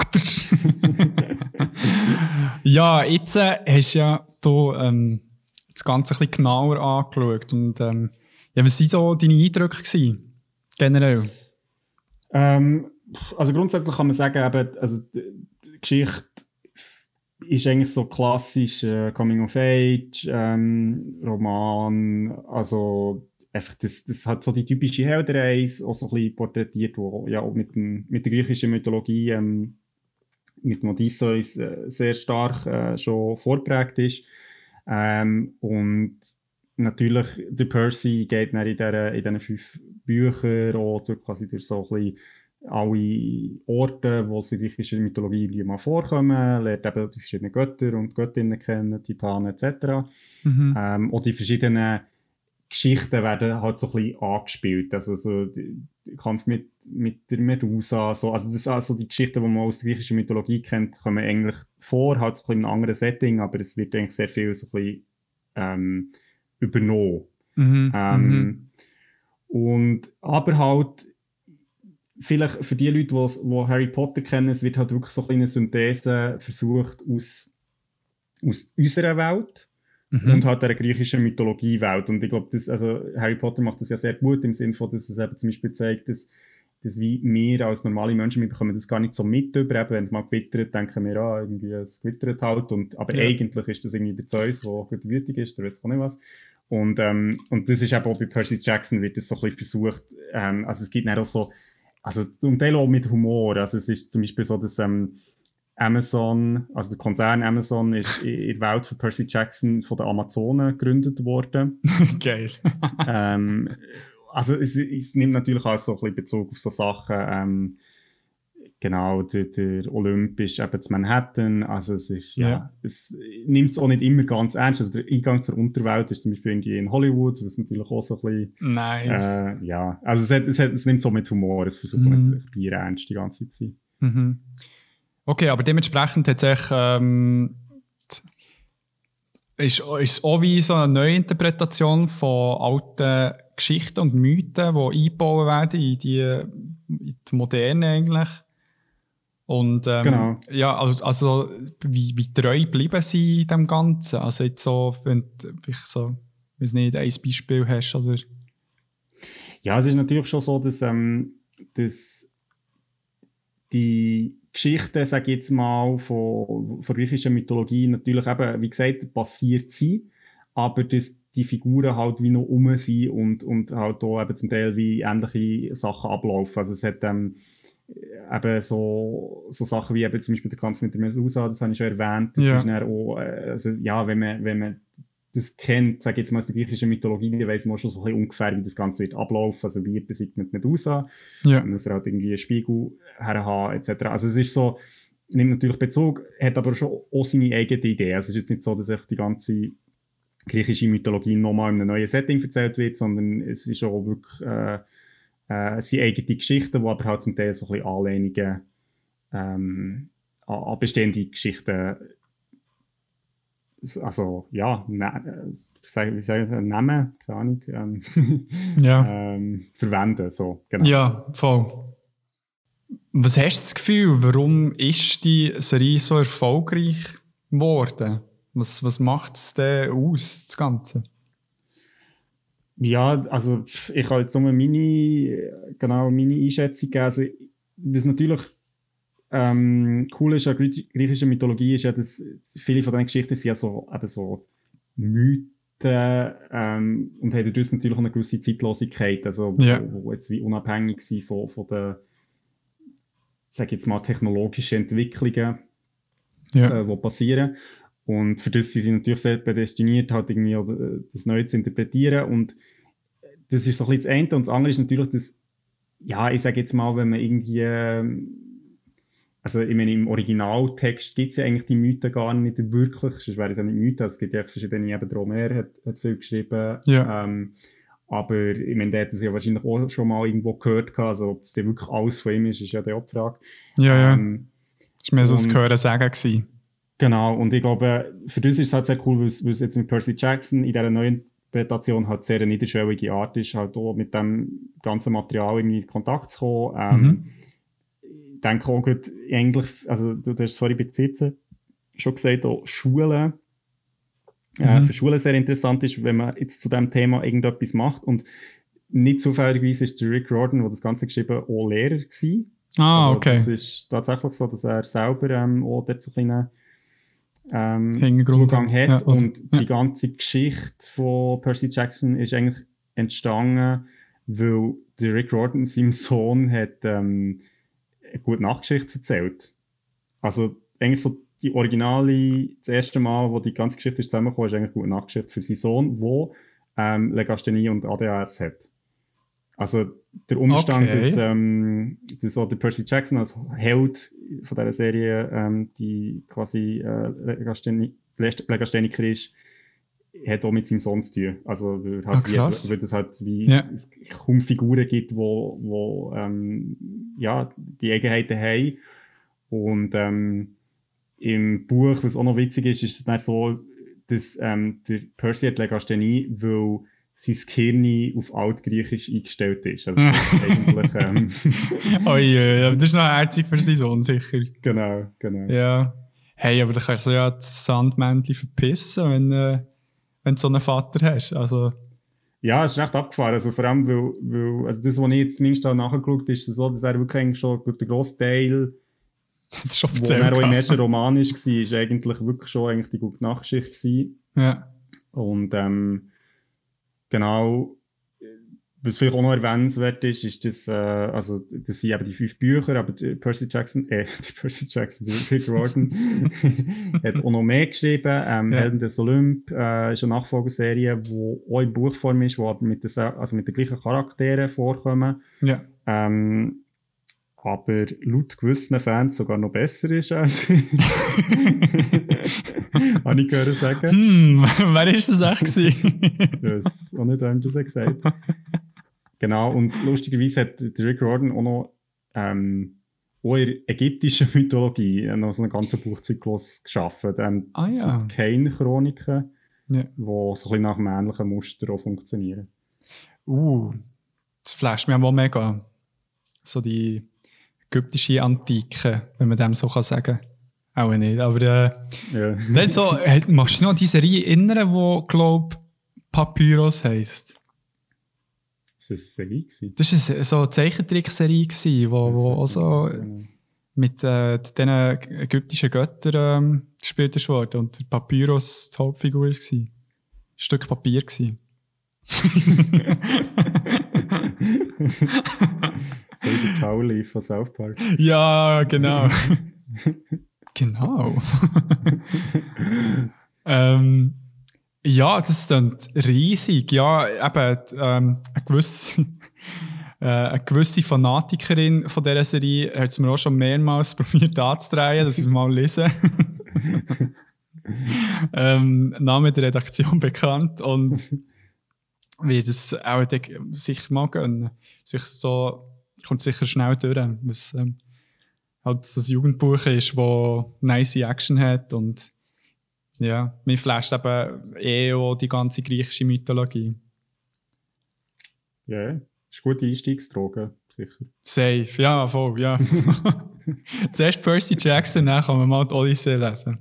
Ja, jetzt hast du ja hier, das Ganze ein bisschen genauer angeschaut. Und was waren so deine Eindrücke gewesen, generell? Also grundsätzlich kann man sagen, also die Geschichte ist eigentlich so klassisch Coming-of-Age, Roman, einfach das hat so die typische Heldenreise, auch so ein bisschen porträtiert, wo ja auch mit der griechischen Mythologie, mit dem Odysseus sehr stark schon vorgeprägt ist. Und natürlich, der Percy geht dann in diesen 5 Büchern auch quasi durch so ein bisschen alle Orte, wo es in der griechischen Mythologie irgendwie mal vorkommen, lernt eben die verschiedenen Götter und Göttinnen kennen, Titanen etc. Und die verschiedenen Geschichten werden halt so ein bisschen angespielt. Also so der Kampf mit der Medusa, so. Also das also die Geschichten, die man aus der griechischen Mythologie kennt, kommen eigentlich vor, halt so ein bisschen in einem anderen Setting, aber es wird eigentlich sehr viel so ein bisschen übernommen. Und aber halt vielleicht für die Leute, die Harry Potter kennen, es wird halt wirklich so eine Synthese versucht aus unserer Welt und halt der griechischen Mythologie-Welt. Und ich glaube, also Harry Potter macht das ja sehr gut im Sinne von, dass es eben zum Beispiel zeigt, dass dass wie wir als normale Menschen, wir bekommen das gar nicht so mit über, wenn es mal gewittert, denken wir, irgendwie, es gewittert halt, aber eigentlich ist das irgendwie der Zeus, der gut wütig ist, der weiß auch nicht was. Und das ist eben auch bei Percy Jackson, wird das so ein bisschen versucht, also es gibt dann auch so, also zum Teil auch mit Humor, also es ist zum Beispiel so, dass Amazon, also der Konzern Amazon ist in der Welt von Percy Jackson von den Amazonen gegründet worden. Geil. Also es nimmt natürlich auch so ein bisschen Bezug auf so Sachen, genau, der Olymp ist eben zu Manhattan, also es ist, es nimmt es auch nicht immer ganz ernst, also der Eingang zur Unterwelt ist zum Beispiel irgendwie in Hollywood, was natürlich auch so ein bisschen, nice. ja, also es nimmt so mit Humor, es versucht auch nicht Bier ernst die ganze Zeit zu sein. Okay, aber dementsprechend hat es ist auch wie so eine Neuinterpretation von alten Geschichten und Mythen, die eingebaut werden in die Moderne eigentlich. Und genau. Ja, also wie treu bleiben sie dem Ganzen? Also jetzt so, wenn du so, weiß nicht, ein Beispiel hast, oder? Ja, es ist natürlich schon so, dass die Geschichten, sage ich jetzt mal, von griechischer Mythologie natürlich eben, wie gesagt, basiert sind, aber dass die Figuren halt wie noch rum sind und halt auch eben zum Teil wie ähnliche Sachen ablaufen. Also es hat eben so Sachen wie eben zum Beispiel der Kampf mit der Medusa, das habe ich schon erwähnt. Das ist dann auch, also ja, wenn man das kennt, sage ich jetzt mal aus der griechischen Mythologie, dann weiss man auch schon so ein bisschen ungefähr, wie das Ganze wird ablaufen. Also wie besiegt man die Medusa, man muss halt irgendwie einen Spiegel herhaben, etc. Also es ist so, nimmt natürlich Bezug, hat aber schon auch seine eigene Idee. Also es ist jetzt nicht so, dass einfach die ganze griechische Mythologie nochmal in einem neuen Setting erzählt wird, sondern es ist auch wirklich seine eigene Geschichte, die aber halt zum Teil so ein bisschen Anlehnungen an bestehende Geschichten, also ja, wie sagen Sie, Namen, keine Ahnung, verwenden, so, genau. Ja, voll. Was hast du das Gefühl, warum ist die Serie so erfolgreich geworden? Was macht es denn aus, das Ganze? Ja, also ich kann jetzt nur meine Einschätzung geben. Also, was natürlich cool ist an griechischer Mythologie, ist ja, dass viele von diesen Geschichten sind ja so, eben so Mythen und haben dadurch natürlich auch eine gewisse Zeitlosigkeit, also wo jetzt wie unabhängig sind von der, sag jetzt mal, technologischen Entwicklungen, die passieren. Und für das sind sie natürlich sehr prädestiniert, halt irgendwie das neu zu interpretieren. Und das ist so ein bisschen das eine. Und das andere ist natürlich, dass, ja, ich sage jetzt mal, wenn man irgendwie, also ich meine, im Originaltext gibt es ja eigentlich die Mythen gar nicht wirklich, sonst wäre es ja nicht Mythen. Also es gibt ja verschiedene, eben der Homer hat viel geschrieben. Ja. Aber ich meine, der hat das ja wahrscheinlich auch schon mal irgendwo gehört, also ob das denn wirklich alles von ihm ist ja die Frage. Ja. Das war mehr so das Hören-Sagen gewesen. Genau, und ich glaube, für das ist es halt sehr cool, weil es jetzt mit Percy Jackson in dieser neuen Interpretation halt sehr eine niederschwellige Art ist, halt auch mit dem ganzen Material irgendwie in Kontakt zu kommen. Ich denke auch gut, eigentlich, also du hast es vorhin bei Zitze schon gesagt, auch Schulen, für Schulen sehr interessant ist, wenn man jetzt zu diesem Thema irgendetwas macht. Und nicht zufälligerweise ist der Rick Riordan, der das Ganze geschrieben hat, auch Lehrer gewesen. Also okay. Das ist tatsächlich so, dass er selber auch dort so einen Zugang hat. Ja, und die ganze Geschichte von Percy Jackson ist eigentlich entstanden, weil der Rick Riordan seinem Sohn hat eine gute Nachgeschichte erzählt. Also eigentlich so die Originale, das erste Mal, wo die ganze Geschichte zusammengekommen ist, eigentlich eine gute Nachgeschichte für seinen Sohn, der Legasthenie und ADHS hat. Also der Umstand, dass auch der Percy Jackson als Held von dieser Serie, die quasi Legastheniker ist, hat auch mit seinem Sohn zu tun. Also weil es halt es kaum Figuren gibt, wo die Eigenheiten haben. Und im Buch, was auch noch witzig ist es dann so, dass der Percy hat Legasthenie, weil sein Gehirn auf Altgriechisch eingestellt ist. Also das ist eigentlich... aber das ist noch herzig für seinen Sohn, sicher. Genau. Ja. Hey, aber da kannst du ja das Sandmännchen verpissen, wenn du so einen Vater hast. Also... Ja, es ist recht abgefahren. Also vor allem, weil also das, was ich jetzt zumindest auch nachgeschaut habe, ist so, dass er wirklich eigentlich schon der grosse Teil, Das schon wo er auch im ersten Roman war, ist eigentlich wirklich schon eigentlich die gute Nachtschicht gewesen. Ja. Und genau, was vielleicht auch noch erwähnenswert ist das, also das sind eben die 5 Bücher, aber Percy Jackson, der Rick Riordan, hat auch noch mehr geschrieben. Helden des Olymp ist eine Nachfolgeserie, die auch in Buchform ist, die aber mit den gleichen Charakteren vorkommen. Ja. Aber laut gewissen Fans sogar noch besser ist als habe ich gehört sagen. Wer ist das echt gewesen? Das auch nicht haben das gesagt. Genau, und lustigerweise hat der Rick Riordan auch noch auch in der ägyptischen Mythologie noch so einen ganzen Buchzyklus geschaffen. Das sind die Cain-Chroniken, die so ein bisschen nach einem ähnlichen Muster auch funktionieren. Das flasht mich auch mega. So die ägyptische Antike, wenn man dem so sagen kann. Auch nicht, aber dann so, machst du noch die Serie erinnern, die, glaube ich, Papyrus heisst? Ist das eine Serie? Das war so eine Zeichentrickserie, die auch so mit diesen ägyptischen Göttern gespielt wurde und der Papyrus die Hauptfigur war. Ein Stück Papier. So der Charlie von South Park. Ja, genau. Genau. Ja, das klingt riesig. Ja, eben, eine gewisse Fanatikerin von dieser Serie hat es mir auch schon mehrmals probiert anzudrehen, dass ich es mal lese. Name der Redaktion bekannt und wird es auch sicher mal gönnen. Kommt sicher schnell durch, was halt so ein Jugendbuch ist, das nice Action hat und ja, mir flasht eben auch die ganze griechische Mythologie. Ja, ist eine gute Einstiegsdroge, sicher. Safe, ja, voll, ja. Zuerst Percy Jackson, dann kann man mal die Odyssee lesen.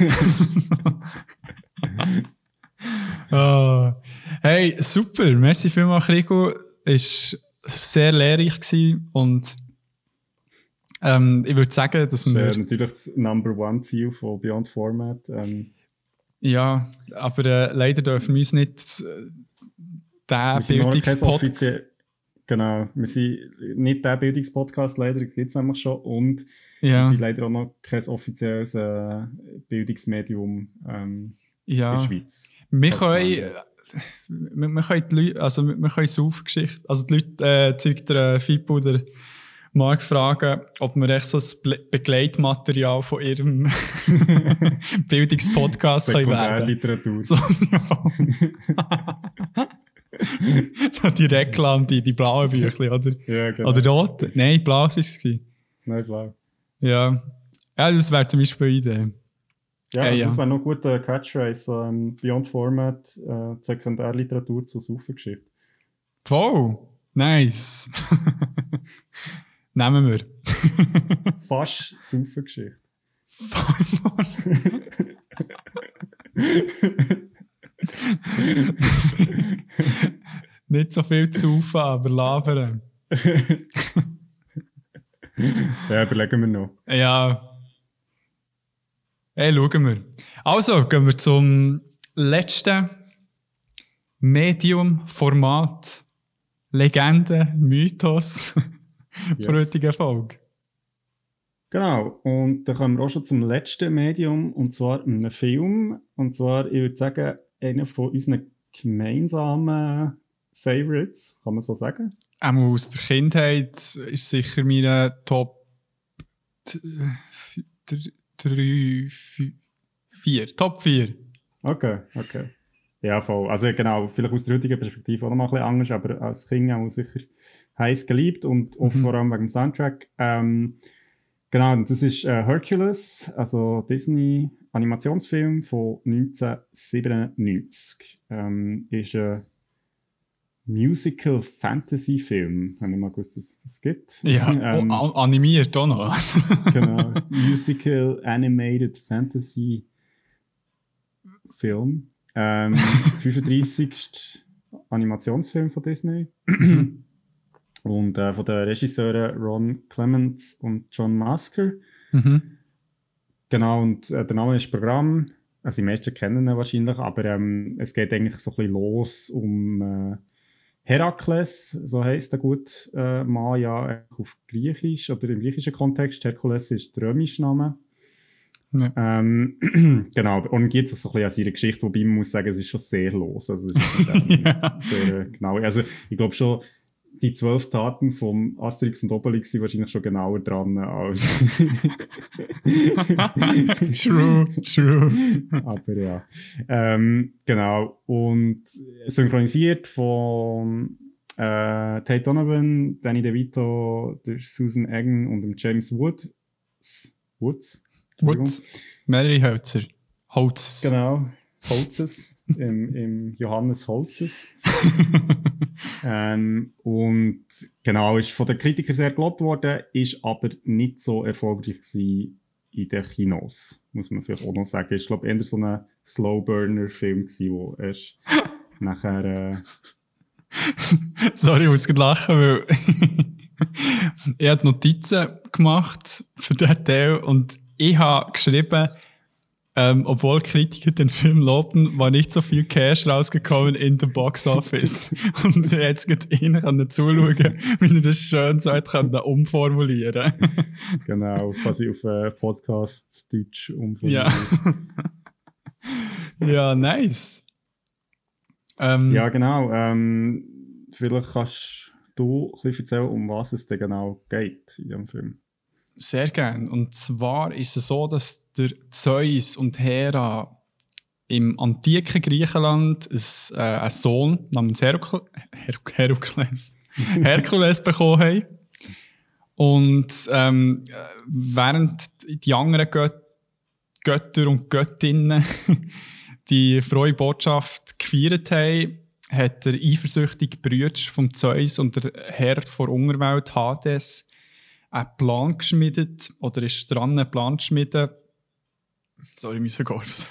Hey, super, merci vielmals, Rico. Es war sehr lehrreich gewesen und ich würde sagen, dass wir... Das ist natürlich das Number-One-Ziel von Beyond Format. Ja, aber leider dürfen wir uns nicht den Bildungspodcast... Genau, wir sind nicht der Bildungspodcast, leider gibt es nämlich schon. Und ja. Wir sind leider auch noch kein offizielles Bildungsmedium in der Schweiz. Wir können die Leute, also wir können Saufgeschichte, also die Leute, der Fippo oder Marc fragen, ob wir echt so ein Begleitmaterial von ihrem Bildungspodcast können werden. Sekundärliteratur. So, ja. Die Reklame, die blauen Bücher, oder? Ja, genau. Oder rot? Nein, blau war es. Nein, blau. Ja, das wäre zum Beispiel eine Idee. Ja, also das wäre noch ein guter Catchphrase, Beyond Format, Sekundärliteratur zur Saufengeschichte. Wow, nice. Nehmen wir. Fast Saufengeschichte. Nicht so viel zu saufen, aber labern. Ja, überlegen wir noch. Ja. Hey, schauen wir. Also, gehen wir zum letzten Medium-Format, Legende, Mythos der heutigen Folge. Genau, und dann kommen wir auch schon zum letzten Medium, und zwar einem Film. Und zwar, ich würde sagen, einer von unseren gemeinsamen Favorites, kann man so sagen? Auch aus der Kindheit ist sicher meine Top 4. Top 4. Okay. Ja, voll. Also genau, vielleicht aus der heutigen Perspektive auch noch mal ein bisschen anders, aber als Kind auch sicher heiß geliebt und auch vor allem wegen dem Soundtrack. Genau, das ist Hercules, also Disney-Animationsfilm von 1997. Ist ein Musical-Fantasy-Film, habe ich mal gewusst, dass es das gibt. Ja, animiert auch noch. Genau, Musical-Animated Fantasy-Film. 35. Animationsfilm von Disney. Und von den Regisseuren Ron Clements und John Masker. Genau, und der Name ist Programm. Also die meisten kennen ihn wahrscheinlich, aber es geht eigentlich so ein bisschen los um Herakles, so heisst der gute Mann ja auf Griechisch oder im griechischen Kontext. Herkules ist der römische Name. Ja. Genau, und geht es so ein bisschen an seiner Geschichte, wobei man muss sagen, es ist schon sehr los. Also es ist sehr genau. Also ich glaube schon, die 12 Taten vom Asterix und Obelix sind wahrscheinlich schon genauer dran als... True. Aber ja. Genau. Und synchronisiert von Tate Donovan, Danny DeVito, der Susan Eggen und dem James Woods. Mary Holzes. Genau. Holzes. im Johannes Holzes. Und genau, ist von den Kritikern sehr gelobt worden, ist aber nicht so erfolgreich gewesen in den Kinos, muss man vielleicht auch noch sagen. Ich glaube, eher so ein Slow-Burner-Film gewesen, der erst nachher... Sorry, ich muss gerade lachen, weil ich habe Notizen gemacht für diesen Teil und ich habe geschrieben, obwohl Kritiker den Film loben, war nicht so viel Cash rausgekommen in der Box Office. Und jetzt geht ihnen zuschauen, wie er das schön so umformulieren kann. Genau, quasi auf Podcast Deutsch umformulieren. Ja, ja, nice. Ja, genau. Vielleicht kannst du ein bisschen erzählen, um was es denn genau geht in diesem Film. Sehr gerne. Und zwar ist es so, dass der Zeus und Hera im antiken Griechenland einen Sohn namens Herkules bekommen haben. Und während die anderen Götter und Göttinnen die frohe Botschaft gefeiert haben, hat der eifersüchtige Bruder vom Zeus und der Herr der Unterwelt Hades einen Plan geschmiedet, oder ist dran, einen Plan zu schmieden. Sorry, müssen Gors.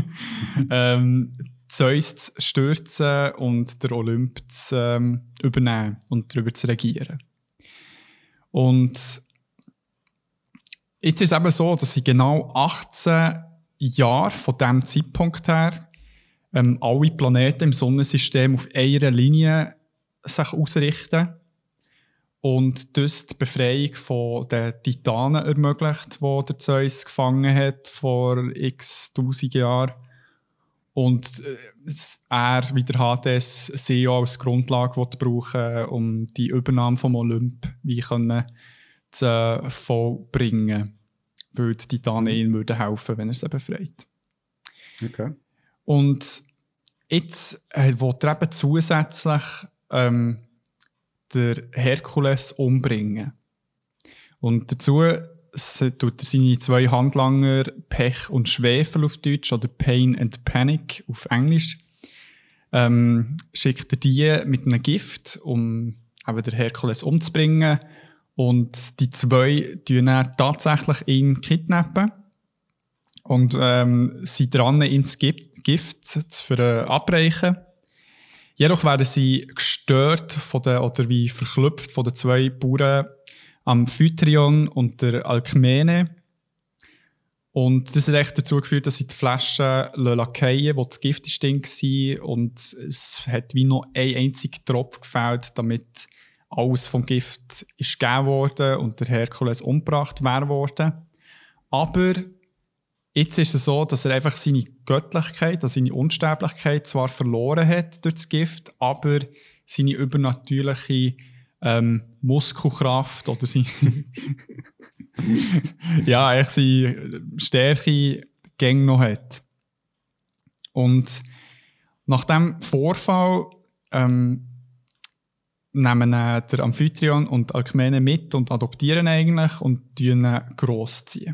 Zeus zu stürzen und den Olymp zu übernehmen und darüber zu regieren. Und jetzt ist es eben so, dass in genau 18 Jahren von diesem Zeitpunkt her alle Planeten im Sonnensystem auf einer Linie sich ausrichten und das die Befreiung von den Titanen ermöglicht, die der Zeus gefangen hat vor x tausend Jahren. Und er, wie der Hades, sie auch als Grundlage brauchen, um die Übernahme vom Olymp wie können zu vollbringen. Weil die Titanen ihm würden helfen, wenn er sie befreit. Okay. Und jetzt will er eben zusätzlich der Herkules umbringen. Und dazu tut er seine 2 Handlanger Pech und Schwefel auf Deutsch oder Pain and Panic auf Englisch, schickt er die mit einem Gift, um eben den Herkules umzubringen. Und die 2 tun dann tatsächlich ihn kidnappen und sind dran, ihm das Gift zu verabreichen. Jedoch werden sie gestört oder wie verklüpft von den 2 Bauern Amphitryon und der Alkmene. Und das hat echt dazu geführt, dass sie die Flaschen fallen, wo das Gift ist drin war. Und es hat wie noch ein einziger Tropfen gefehlt, damit alles vom Gift ist gegeben worden und der Herkules umgebracht wäre worden. Aber jetzt ist es so, dass er einfach seine Göttlichkeit, also seine Unsterblichkeit zwar verloren hat durch das Gift, aber seine übernatürliche Muskelkraft oder seine ja, eigentlich seine Stärke gäng noch hat. Und nach diesem Vorfall nehmen der Amphitryon und Alkmene mit und adoptieren eigentlich und ihn grossziehen.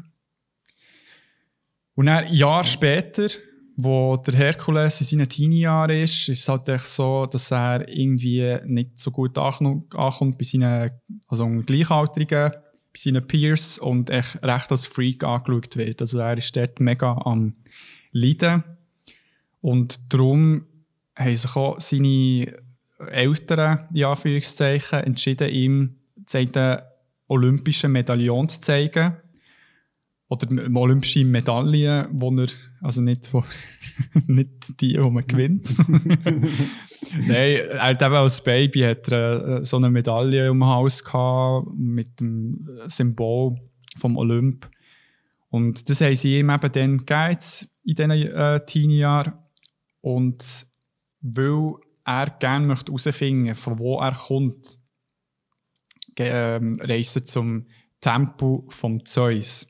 Und dann, Jahre später, wo der Herkules in seinen Teenie-Jahren ist es halt echt so, dass er irgendwie nicht so gut ankommt bei seinen, also Gleichaltrigen, bei seinen Peers und echt recht als Freak angeschaut wird. Also er ist dort mega am Leiden. Und darum haben sich auch seine Eltern, in Anführungszeichen, entschieden, ihm den olympischen Medaillon zu zeigen. Oder olympische Medaillen, wo er, also nicht die, die man gewinnt. Nein, er hat eben als Baby hat er, so eine Medaille um den Hals gehabt, mit dem Symbol vom Olymp. Und das haben sie ihm eben dann gegeben in diesen Teenie-Jahren. Und weil er gerne herausfinden möchte, von wo er kommt, reist er zum Tempel vom Zeus.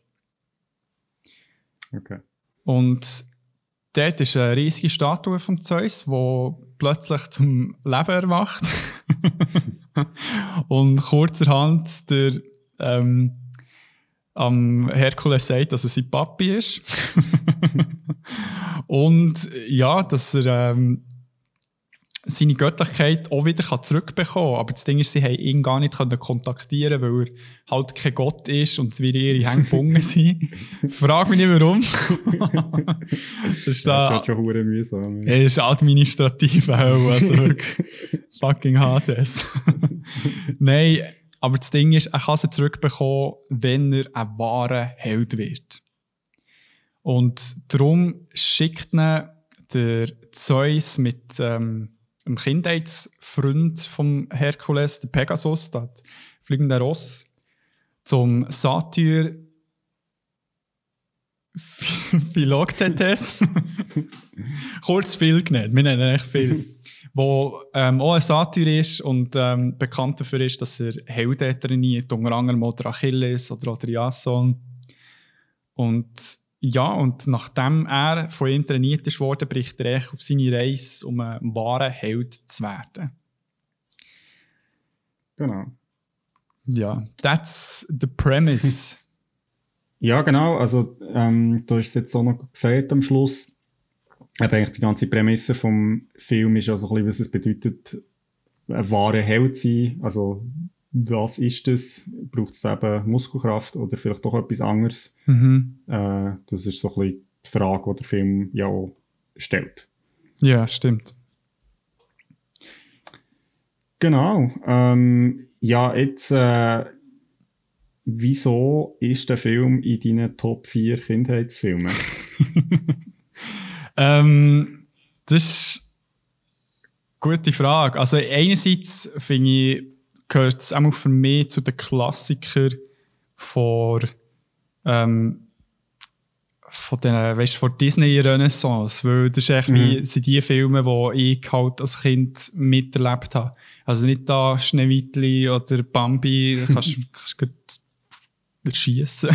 Okay. Und dort ist eine riesige Statue von Zeus, die plötzlich zum Leben erwacht. Und kurzerhand der Herkules sagt, dass er sein Papi ist. Und ja, dass er seine Göttlichkeit auch wieder zurückbekommen kann. Aber das Ding ist, sie haben ihn gar nicht kontaktieren können, weil er halt kein Gott ist und es wieder ihre Hände gebunden sind. Frag mich nicht, warum. Das ist schon verdammt mühsam. Ja. Es ist administrativ auch, also wirklich fucking Hades. Nein, aber das Ding ist, er kann sie zurückbekommen, wenn er ein wahrer Held wird. Und darum schickt ihn der Zeus mit einem Kindheitsfreund vom Herkules, der Pegasus, das fliegende Ross, zum Satyr Philoktetes. Kurz viel genannt, wir nennen echt viel. Wo auch ein Satyr ist und bekannt dafür ist, dass er Helden trainiert, unter anderem auch Achilles oder Jason. Und ja, und nachdem er von ihm trainiert ist worden, bricht er auf seine Reise, um ein wahrer Held zu werden. Genau. Ja, that's the premise. Ja, genau. Also, du hast es jetzt auch noch gesagt am Schluss. Aber eigentlich die ganze Prämisse vom Film ist also ein bisschen, was es bedeutet, ein wahrer Held zu sein. Also, was ist das? Braucht es eben Muskelkraft oder vielleicht doch etwas anderes? Mhm. Das ist so ein bisschen die Frage, die der Film ja auch stellt. Ja, stimmt. Genau. Ja, jetzt, wieso ist der Film in deinen Top 4 Kindheitsfilmen? Das ist eine gute Frage. Also einerseits finde ich, gehört es auch für mich zu den Klassikern von den, weißt, von Disney Renaissance, weil das ist echt wie, sind die Filme, die ich halt als Kind miterlebt habe. Also nicht da Schneewittli oder Bambi, da kannst du gut erschiessen.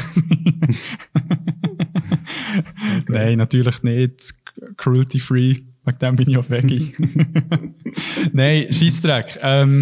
Okay. Nein, natürlich nicht. Cruelty-free, wegen dem bin ich auch Veggie. Nein, Scheissdreck.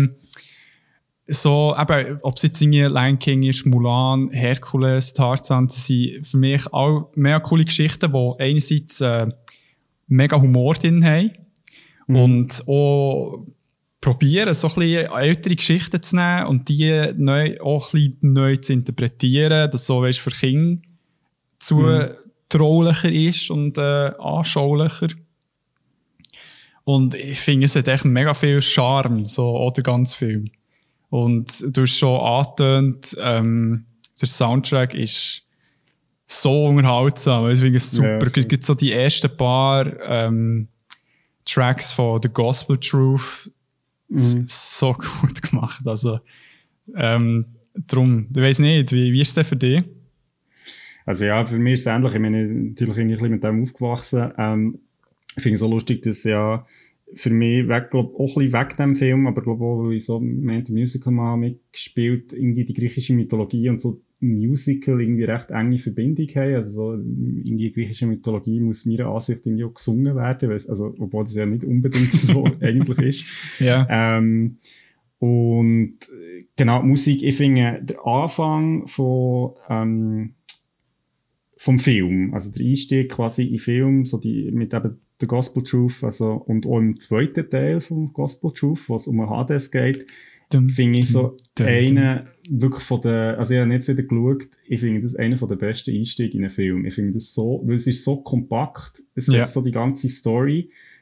So, eben, ob es jetzt Lion King ist, Mulan, Herkules, Tarzan, das sind für mich auch mega coole Geschichten, die einerseits mega Humor drin haben und auch probieren, so ein bisschen ältere Geschichten zu nehmen und die auch ein bisschen neu zu interpretieren, dass so, weißt, für Kinder zutraulicher ist und anschaulicher. Und ich finde, es hat echt mega viel Charme, so, auch der ganze Film. Und du hast schon angetönt, der Soundtrack ist so unterhaltsam. Ich finde es super. Es gibt so die ersten paar Tracks von The Gospel Truth. So gut gemacht. Also, darum, ich weiss nicht, wie ist es denn für dich? Also ja, für mich ist es ähnlich. Ich bin natürlich ein bisschen mit dem aufgewachsen. Ich finde es so lustig, dass ja für mich auch ein bisschen weg dem Film, aber glaube auch, weil ich so mit dem Musical mal mitgespielt, irgendwie die griechische Mythologie und so Musical irgendwie recht enge Verbindung haben. Also so in die griechische Mythologie muss meiner Ansicht irgendwie auch gesungen werden, also, obwohl das ja nicht unbedingt so eigentlich ist. Ja. Und genau, Musik, ich finde, der Anfang vom Film, also der Einstieg quasi in den Film, so mit eben der Gospel Truth, also, und auch im zweiten Teil vom Gospel Truth, wo es um Hades geht, finde ich so einen wirklich von der, also ich habe jetzt wieder geschaut, ich finde das einer von der besten Einstiege in einen Film. Ich finde das so, weil es ist so kompakt, es setzt so die ganze Story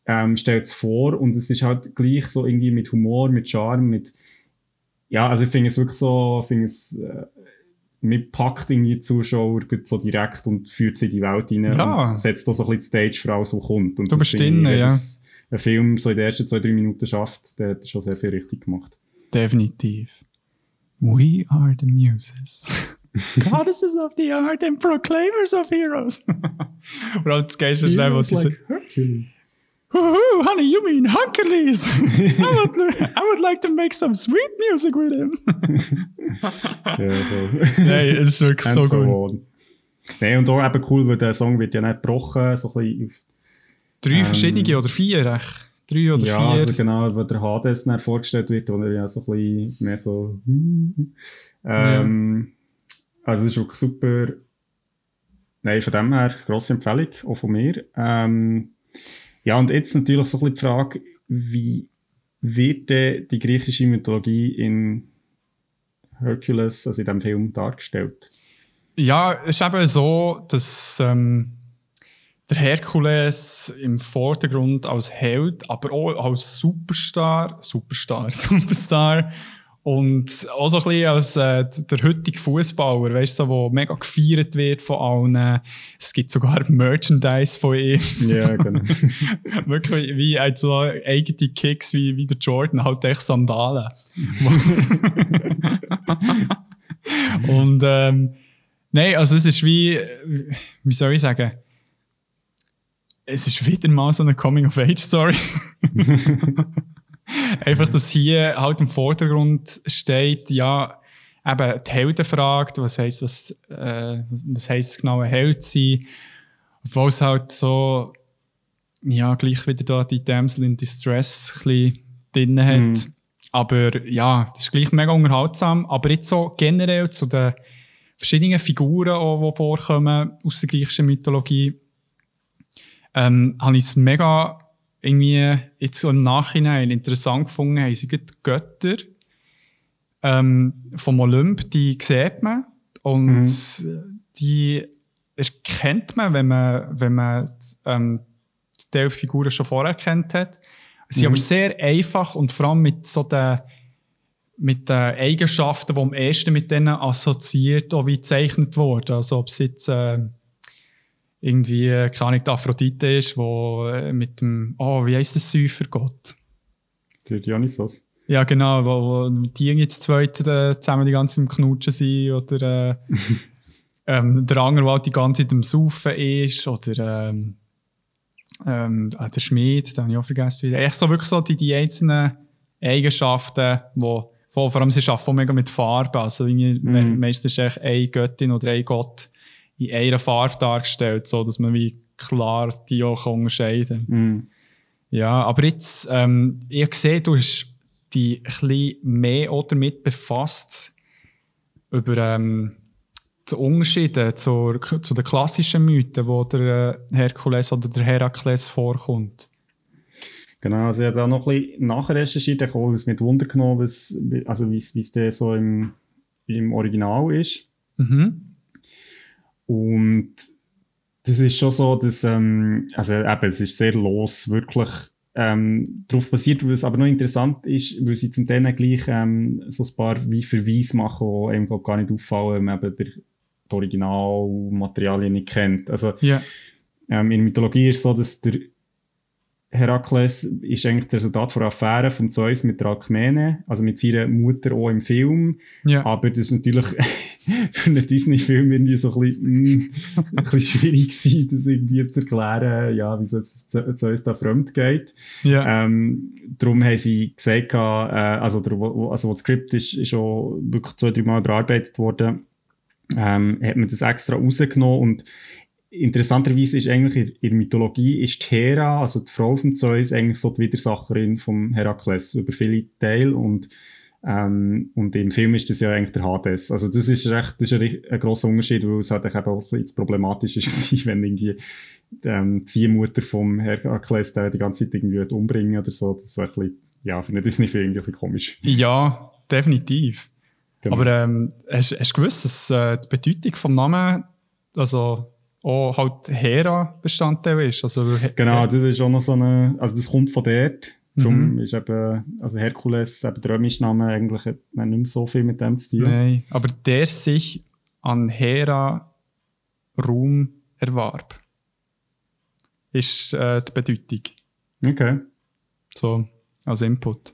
stellt es vor und es ist halt gleich so irgendwie mit Humor, mit Charme, ja, also ich finde es wirklich so, mit packt irgendwie die Zuschauer so direkt und führt sie in die Welt rein und setzt auch so ein bisschen die Stage für alles, was kommt. Und du bist drin, ja. Ein Film so in den ersten 2-3 Minuten schafft, der hat schon sehr viel richtig gemacht. Definitiv. We are the muses. Goddesses of the art and proclaimers of heroes. Vor allem das Geilste ist, was sie sagen. Hercules. Honey, you mean Hercules? I would like to make some sweet music with him. Ja, so. Nein, es ist wirklich so gut. Nein, und auch eben cool, weil der Song wird ja nicht gebrochen, so ein bisschen 3 verschiedene oder 4, echt? 3 oder 4. Ja, also genau, wo der Hades dann vorgestellt wird, wo er ja so ein bisschen mehr so also es ist wirklich super. Nein, von dem her grosse Empfehlung, auch von mir. Ja, und jetzt natürlich so ein bisschen die Frage, wie wird denn die griechische Mythologie in Hercules, also in diesem Film, dargestellt? Ja, es ist eben so, dass der Herkules im Vordergrund als Held, aber auch als Superstar und auch so ein bisschen als der heutige Fußballer, weißt du, so, der mega gefeiert wird von allen. Es gibt sogar Merchandise von ihm. Ja, genau. Wirklich wie so eigene Kicks wie der Jordan, halt echt Sandalen. Und nein, also es ist wie soll ich sagen, es ist wieder mal so eine Coming-of-Age-Story. Einfach, dass hier halt im Vordergrund steht, ja, eben die Helden fragt, was heisst genau ein Held sein, obwohl es halt so, ja, gleich wieder da die Damsel in Distress ein bisschen drin hat. Aber ja, das ist gleich mega unterhaltsam. Aber jetzt so generell zu den verschiedenen Figuren, auch, die vorkommen aus der griechischen Mythologie, habe ich es mega irgendwie jetzt so im Nachhinein interessant gefunden, haben sie die Götter vom Olymp, die sieht man und die erkennt man, wenn man die Teilfiguren schon vorher kennt hat. Sie sind aber sehr einfach und vor allem mit den Eigenschaften, die am ehesten mit denen assoziiert, auch wie gezeichnet wurden. Also ob es jetzt irgendwie, keine Ahnung, die Aphrodite ist, wo mit dem, wie heisst das Säufergott? Der Dionysos. Ja, genau, wo die irgendwie zu zweit zusammen die ganze Zeit im Knutschen sind, oder der andere, der halt die ganze Zeit im Saufen ist, oder der Schmied, den habe ich auch vergessen wieder. Echt so wirklich so die einzelnen Eigenschaften, wo vor allem sie arbeiten mega mit Farben, also meistens ist echt eine Göttin oder ein Gott in einer Farbe dargestellt, so dass man wie klar die auch unterscheiden kann. Ja, aber jetzt, ich habe gesehen, du hast dich ein bisschen mehr auch damit befasst, über die Unterschiede zu den klassischen Mythen, wo der Herkules oder der Herakles vorkommt. Genau, also ich habe da noch ein bisschen nachrecherchiert, ich habe es mit Wunder genommen, wie es der so im Original ist. Und das ist schon so, dass, also eben, es ist sehr los, wirklich, darauf basiert, was aber noch interessant ist, weil sie zum Teil gleich, so ein paar wie Verweise machen, die einem gar nicht auffallen, wenn man eben die Originalmaterialien nicht kennt. Also, in der Mythologie ist es so, dass der Herakles ist eigentlich das Resultat von einer Affäre von Zeus mit der Alkmene, also mit seiner Mutter auch im Film. Ja. Aber das ist natürlich für einen Disney-Film irgendwie so ein bisschen schwierig gewesen, das irgendwie zu erklären, ja, wieso Zeus da fremd geht. Ja. Darum haben sie gesagt, also das Skript ist schon wirklich 2-3 Mal überarbeitet worden, hat man das extra rausgenommen und interessanterweise ist eigentlich in der Mythologie ist die Hera, also die Frau von Zeus, eigentlich so die Widersacherin vom Herakles über viele Teile und im Film ist das ja eigentlich der Hades. Also das ist ein grosser Unterschied, weil es halt eben auch ein bisschen problematisch ist, wenn irgendwie die Ziehmutter vom Herakles die ganze Zeit irgendwie umbringen oder so. Das wäre ein bisschen, ja, für einen Disney-Film irgendwie ein bisschen komisch. Ja, definitiv. Genau. Aber hast du gewusst, dass die Bedeutung vom Namen, also auch halt Hera Bestandteil ist. Also, Genau, das ist auch noch so eine, also das kommt von dort. Darum ist eben, also Herkules, eben der römische Name, eigentlich hat nicht mehr so viel mit dem zu tun. Nein, aber der sich an Hera Ruhm erwarb. Ist die Bedeutung. Okay. So, als Input.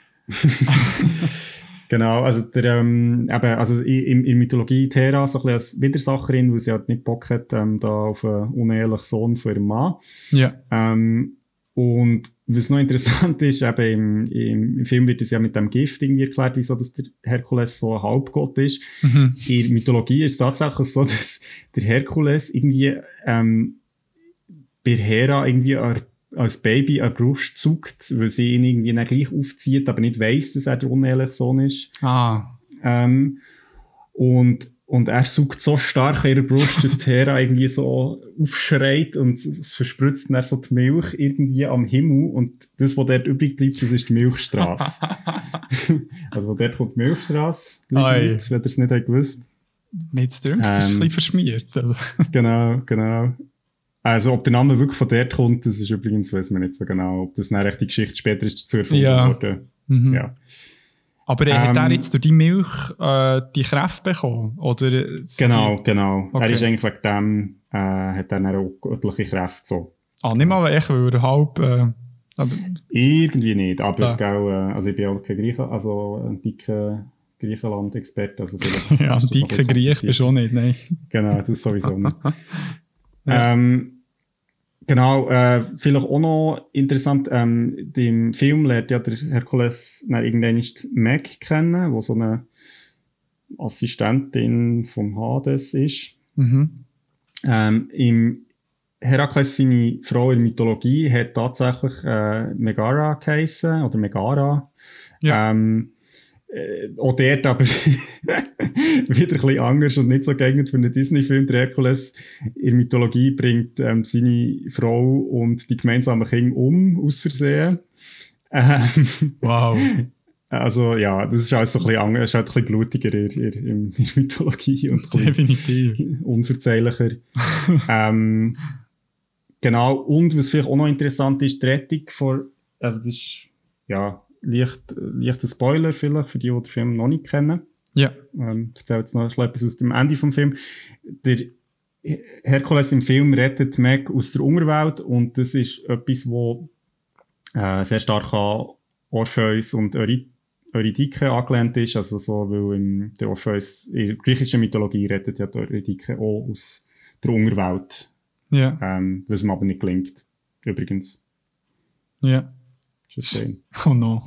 Genau, also eben, also in Mythologie Hera so ein bisschen als Widersacherin, weil sie halt nicht Bock hat, da auf einen unehelichen Sohn von ihrem Mann. Ja. Und was noch interessant ist, eben im Film wird es ja mit dem Gift irgendwie erklärt, wieso dass der Herkules so ein Halbgott ist. In der Mythologie ist es tatsächlich so, dass der Herkules irgendwie bei Hera irgendwie als Baby eine Brust zuckt, weil sie ihn irgendwie nicht gleich aufzieht, aber nicht weiss, dass er der uneheliche Sohn ist. Und er sucht so stark an ihrer Brust, dass die Hera irgendwie so aufschreit und es verspritzt dann so die Milch irgendwie am Himmel und das, was dort übrig bleibt, das ist die Milchstrasse. Also dort kommt die Milchstrasse, wenn ihr es nicht gewusst. Mir jetzt dünkt, das ist ein bisschen verschmiert. Also. Genau. Also ob der Name wirklich von dort kommt, das ist übrigens, weiss man nicht so genau, ob das eine rechte Geschichte später ist dazu erfunden worden. Ja. Aber hat er jetzt durch die Milch die Kräfte bekommen? Oder genau. Okay. Er ist eigentlich wegen dem, hat er auch göttliche Kräfte. So. Nicht mal echt, weil er halb... Irgendwie nicht, aber also ich bin auch kein Griechen, also ein dicker Griechenland-Experte. Also ja, ein dicker Griech bist du auch nicht, nein. Genau, das ist sowieso nicht. Genau, vielleicht auch noch interessant, im Film lernt ja der Herkules irgendwann Meg kennen, wo so eine Assistentin vom Hades ist. Im Herakles, seine Frau in der Mythologie, hat tatsächlich Megara geheissen, oder Megara. Ja. Auch dort aber wieder ein bisschen anders und nicht so geeignet für einen Disney-Film. Der Herkules in der Mythologie bringt seine Frau und die gemeinsamen Kinder aus Versehen. Wow. Also ja, das ist alles so ein bisschen anders, ist halt ein bisschen blutiger in der Mythologie und definitiv unverzeihlicher. Genau, und was vielleicht auch noch interessant ist, die Rettung also das ist, ja, leichter Spoiler vielleicht, für die den Film noch nicht kennen. Ja. Ich erzähle jetzt noch etwas aus dem Ende vom Film. Der Herkules im Film rettet Meg aus der Unterwelt und das ist etwas, wo sehr stark an Orpheus und Eurydike angelehnt ist. Also so, weil der Orpheus in der griechischen Mythologie rettet ja die Eurydike auch aus der Unterwelt. Ja. Was ihm aber nicht gelingt, übrigens. Ja. Oh no.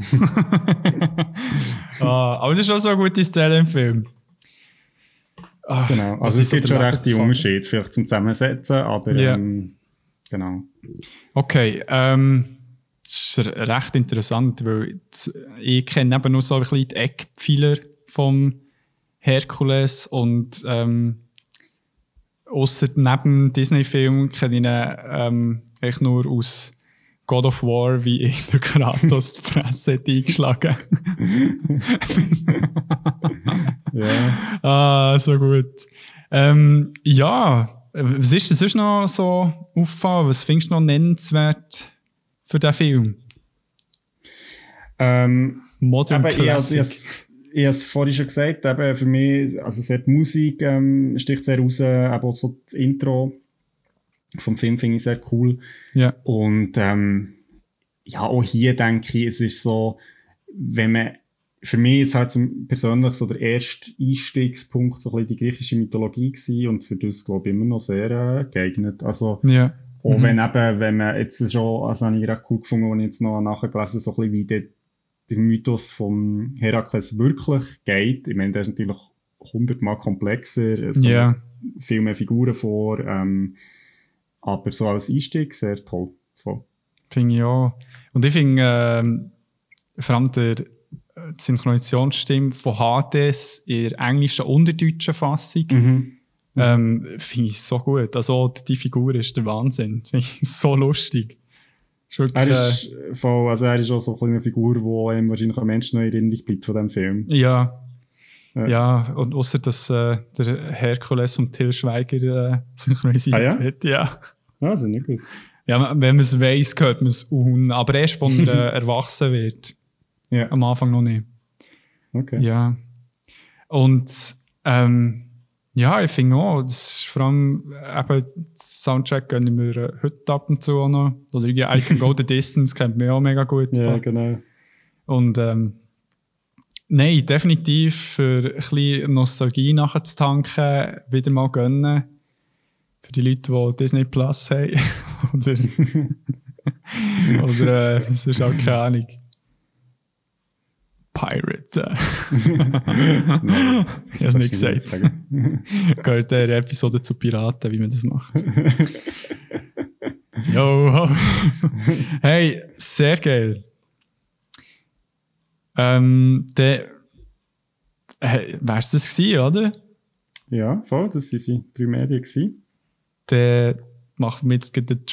Aber es ist auch so eine gute Stelle im Film. Genau, also es gibt schon recht die Unterschiede, vielleicht zum Zusammensetzen, aber genau. Okay, das ist recht interessant, weil ich kenne eben nur so ein bisschen die Eckpfeiler vom Herkules und ausser neben Disney-Filmen kenne ich ihn echt nur aus God of War, wie der Kratos die Fresse hat eingeschlagen. Ja. So gut. Ja, was ist denn sonst noch so aufgefallen? Was findest du noch nennenswert für diesen Film? Modern Classic. Ich habe es vorhin schon gesagt, eben für mich, also die Musik sticht sehr raus, aber auch so das Intro vom Film finde ich sehr cool. Ja. Und ja, auch hier denke ich, es ist so, wenn man, für mich jetzt halt persönlich so der erste Einstiegspunkt so ein bisschen die griechische Mythologie gewesen und für das, glaube ich, immer noch sehr geeignet. Also, ja. Auch wenn man jetzt schon, also habe ich recht cool gefunden, als ich jetzt noch nachgelesen so ein bisschen wie der Mythos vom Herakles wirklich geht. Ich meine, der ist natürlich 100-mal komplexer, es kommen viel mehr Figuren vor, aber so als Einstieg sehr toll. So. Finde ich auch. Und ich finde vor allem die Synchronisationsstimme von Hades in der englischen und der deutschen Fassung finde ich so gut. Also die Figur ist der Wahnsinn. Finde ich so lustig. Er ist auch so eine Figur, die einem wahrscheinlich am Menschen noch in Erinnerung bleibt von diesem Film. Ja. Ja, und ausser dass der Herkules von Till Schweiger synchronisiert wird. Ja. Also nicht gut. Ja, wenn man es weiss, hört man es aber erst, wenn er erwachsen wird. Ja. Am Anfang noch nicht. Okay. Ja. Und ja, ich finde auch, das ist vor allem eben Soundtrack gönnen wir heute ab und zu auch noch. Oder irgendwie I Can Go the Distance kennt man auch mega gut. Ja, genau. Und nein, definitiv für ein bisschen Nostalgie nachzutanken, wieder mal gönnen. Für die Leute, die Disney Plus haben. oder das ist auch keine Ahnung. Pirate. Nein, ich habe es nicht gesagt. Gehört eine Episode zu Piraten, wie man das macht. Jo. Hey, sehr geil. Dann wär's das gewesen, oder? Ja, voll, das waren sie 3 Medien gewesen. Dann machen wir jetzt die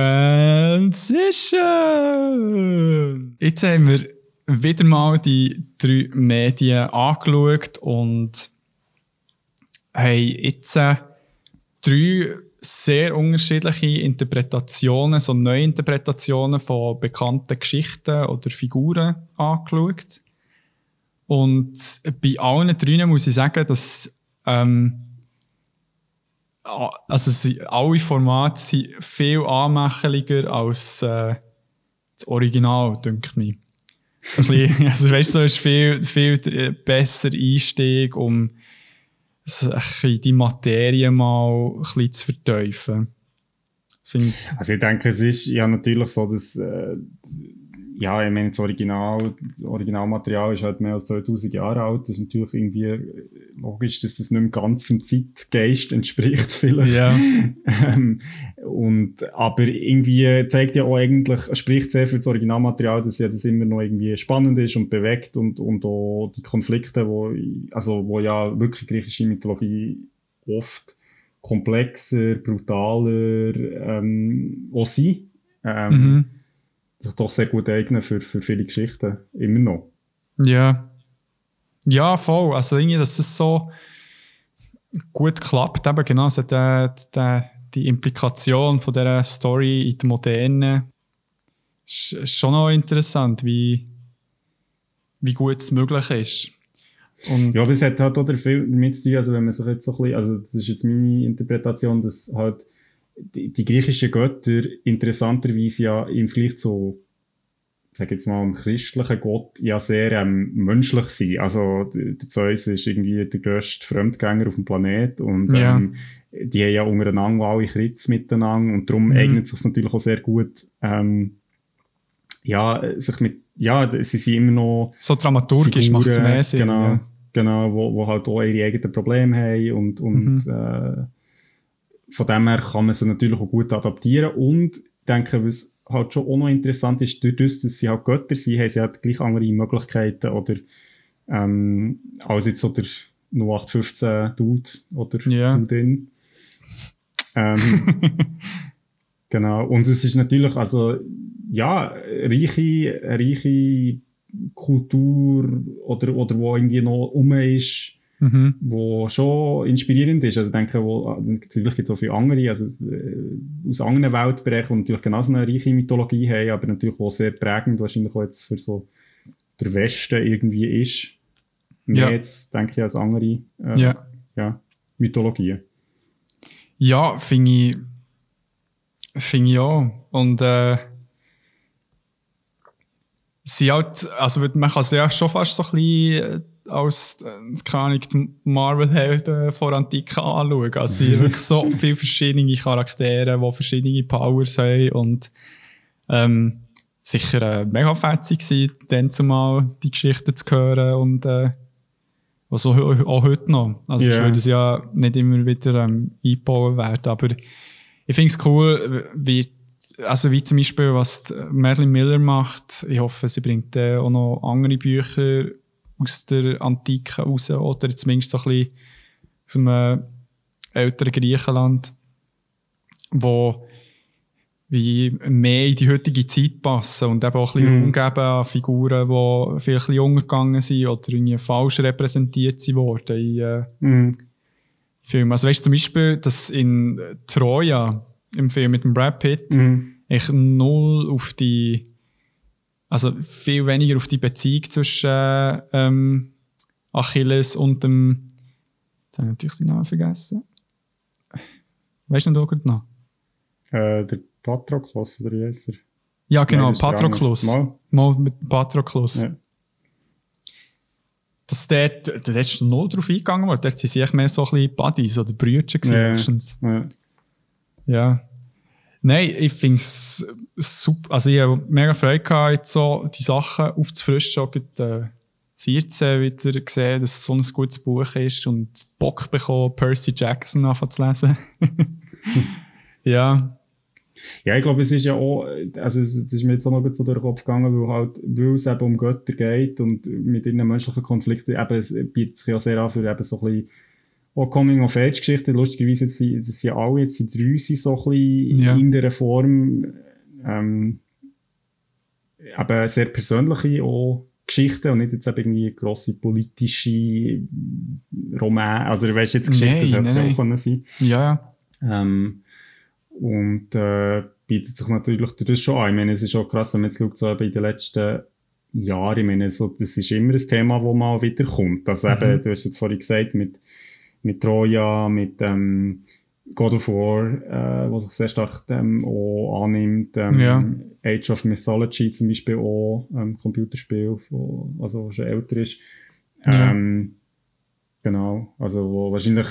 Transition. Jetzt haben wir wieder mal die 3 Medien angeschaut und haben jetzt 3 sehr unterschiedliche Interpretationen, so Neuinterpretationen von bekannten Geschichten oder Figuren angeschaut. Und bei allen 3 muss ich sagen, dass alle Formate sind viel anmächeliger als das Original, denke ich. Also weißt du, es ist viel besser Einstieg, um die Materie mal ein bisschen zu vertiefen. Also ich denke, es ist ja natürlich so, dass ja, ich meine, das Originalmaterial ist halt mehr als 2000 Jahre alt. Das ist natürlich irgendwie logisch, dass das nicht mehr ganz zum Zeitgeist entspricht vielleicht. Ja. Aber irgendwie zeigt ja auch eigentlich, spricht sehr für das Originalmaterial, dass ja das immer noch irgendwie spannend ist und bewegt und auch die Konflikte, wo ja wirklich griechische Mythologie oft komplexer, brutaler auch sind. Sich doch sehr gut eignen für viele Geschichten. Immer noch. Ja. Ja, voll. Also irgendwie, dass es so gut klappt. Eben genau, es hat die Implikation von dieser Story in der Moderne. Ist schon noch interessant, wie gut es möglich ist. Und ja, aber es hat halt auch viel damit zu tun, also wenn man sich jetzt so ein bisschen, also das ist jetzt meine Interpretation, dass halt die griechischen Götter interessanterweise ja im Vergleich zu, sag jetzt mal, dem christlichen Gott ja sehr menschlich sind. Also der Zeus ist irgendwie der grösste Fremdgänger auf dem Planet und die haben ja untereinander alle Kritz miteinander und darum eignet es sich natürlich auch sehr gut, sie sind immer noch so dramaturgisch macht es mehr Sinn. Genau, wo halt auch ihre eigenen Probleme haben und von dem her kann man sie natürlich auch gut adaptieren und ich denke, was halt schon auch noch interessant ist, durch das, dass sie halt Götter sind, haben sie halt gleich andere Möglichkeiten oder als jetzt so der 0815 Dude oder Dudin. Genau, und es ist natürlich, also ja, reiche Kultur oder wo irgendwie noch ist, wo schon inspirierend ist. Also ich denke, natürlich gibt es auch viele andere, also aus anderen Weltbereichen, die natürlich genauso eine reiche Mythologie haben, aber natürlich auch sehr prägend, wahrscheinlich auch jetzt für so der Westen irgendwie ist. Mehr jetzt, denke ich, als andere Mythologien. Ja, finde ich auch. Und sie halt, also man kann sie ja schon fast so ein bisschen als, keine Ahnung, die Marvel-Helden vor Antike anschauen. Also sie haben wirklich so viele verschiedene Charaktere, die verschiedene Powers haben und sicher mega fetzig gewesen, dann zumal die Geschichten zu hören und also auch heute noch. Also ich würde es ja nicht immer wieder einbauen werden, aber ich finde es cool, wie zum Beispiel, was Madeline Miller macht. Ich hoffe, sie bringt auch noch andere Bücher aus der Antike raus, oder zumindest so ein bisschen aus einem älteren Griechenland, wo wie mehr in die heutige Zeit passen und eben auch ein bisschen Raum geben an Figuren, die vielleicht ein bisschen untergegangen sind oder irgendwie falsch repräsentiert worden in Filmen. Also weißt du zum Beispiel, dass in Troja, im Film mit dem Brad Pitt, ich null auf die, also viel weniger auf die Beziehung zwischen Achilles und dem, jetzt habe ich natürlich seinen Namen vergessen. Weißt du noch? Der Patroklos, oder wie heißt er? Ja, genau, Nein, Patroklos. Mal mit Patroklos. Ja. Dass da ist null drauf eingegangen worden. Dort sind sie echt mehr so ein bisschen Buddies oder Brüder gewesen. Ja. Nein, ich finde es super. Also ich habe mega Freude gehabt, jetzt so die Sachen aufzufrischen. Auch gerade, 14 wieder gesehen, dass es so ein gutes Buch ist und Bock bekommen, Percy Jackson anfangen zu lesen. Ja. Ja, ich glaube, es ist ja auch, also es ist mir jetzt auch noch so durch den Kopf gegangen, weil es eben um Götter geht und mit ihren menschlichen Konflikten eben, es bietet sich ja sehr an für eben so ein bisschen auch Coming-of-Age-Geschichten. Lustigerweise jetzt das sind alle, jetzt die 3 sind so ein bisschen in dieser Form eben sehr persönliche auch Geschichten und nicht jetzt eben irgendwie grosse politische Romane, also du weißt jetzt Geschichten, das hätte es auch können sein. Ja. Und bietet sich natürlich das schon an. Ich meine, es ist auch krass, wenn man jetzt schaut, so in den letzten Jahren, ich meine, so, das ist immer ein Thema, das mal wieder kommt. Also eben, du hast jetzt vorhin gesagt, mit Troja, mit God of War, wo sich sehr stark auch annimmt, Age of Mythology zum Beispiel auch, Computerspiel, also schon älter ist. Genau, also wo wahrscheinlich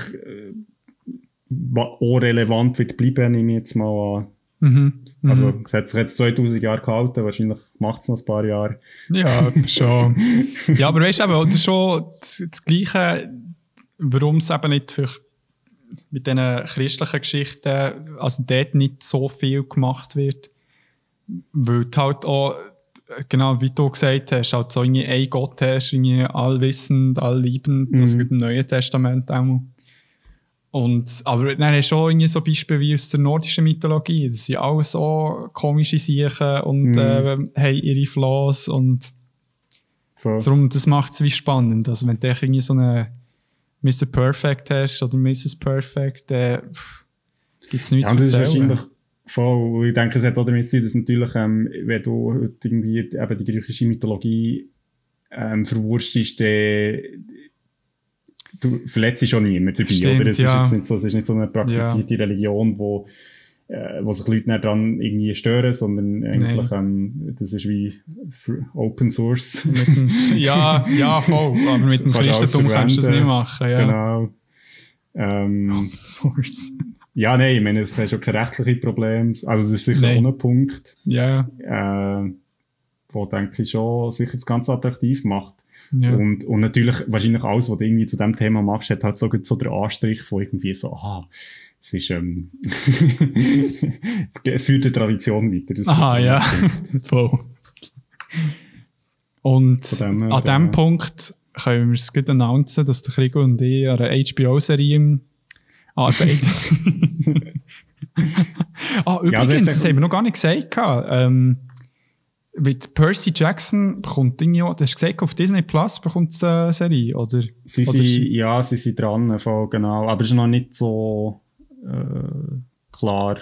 auch relevant wird bleiben, nehme ich jetzt mal an. Also, es hat sich jetzt 2000 Jahre gehalten, wahrscheinlich macht es noch ein paar Jahre. Ja, schon. Ja, aber weißt du, das ist schon das Gleiche, warum es eben nicht vielleicht mit diesen christlichen Geschichten, also dort nicht so viel gemacht wird. Weil du halt auch, genau wie du gesagt hast, halt so irgendwie ein Gott hast, irgendwie allwissend, allliebend, also mit dem Neuen Testament auch. Aber dann hast du auch irgendwie so Beispiele wie aus der nordischen Mythologie. Das sind alles so komische Sachen und haben ihre Flaws und darum, das macht es wie spannend. Also wenn du irgendwie so eine Mr. Perfect hast oder Mrs. Perfect, gibt es nichts zu erzählen. Das ist wahrscheinlich voll. Ich denke, es hat auch damit zu tun, dass natürlich, wenn du heute irgendwie eben die griechische Mythologie verwurstest, du verletzt schon niemand dabei. Stimmt, oder? Es ist nicht so eine praktizierte Religion, wo sich Leute nicht daran irgendwie stören, sondern eigentlich, das ist wie Open Source. Ja, voll. Aber mit dem Christentum kannst du das nicht machen. Ja. Genau. Open Source. Ja, nein, ich meine, es hat schon keine rechtlichen Probleme. Also, das ist sicher auch ein Punkt. Ja. Wo, denke ich, schon sicher das Ganze attraktiv macht. Ja. Und natürlich, wahrscheinlich alles, was du irgendwie zu diesem Thema machst, hat halt so der Anstrich von irgendwie so, es ist, führt die Tradition weiter. Aha, ja. Voll. Und an diesem Punkt können wir es gut announcen, dass der Krigo und ich an einer HBO-Serie arbeiten. Übrigens, das haben wir noch gar nicht gesagt. Mit Percy Jackson bekommt irgendwie, du hast gesagt, auf Disney Plus bekommt es eine Serie, oder? Sie sind dran, voll, genau. Aber es ist noch nicht so klar,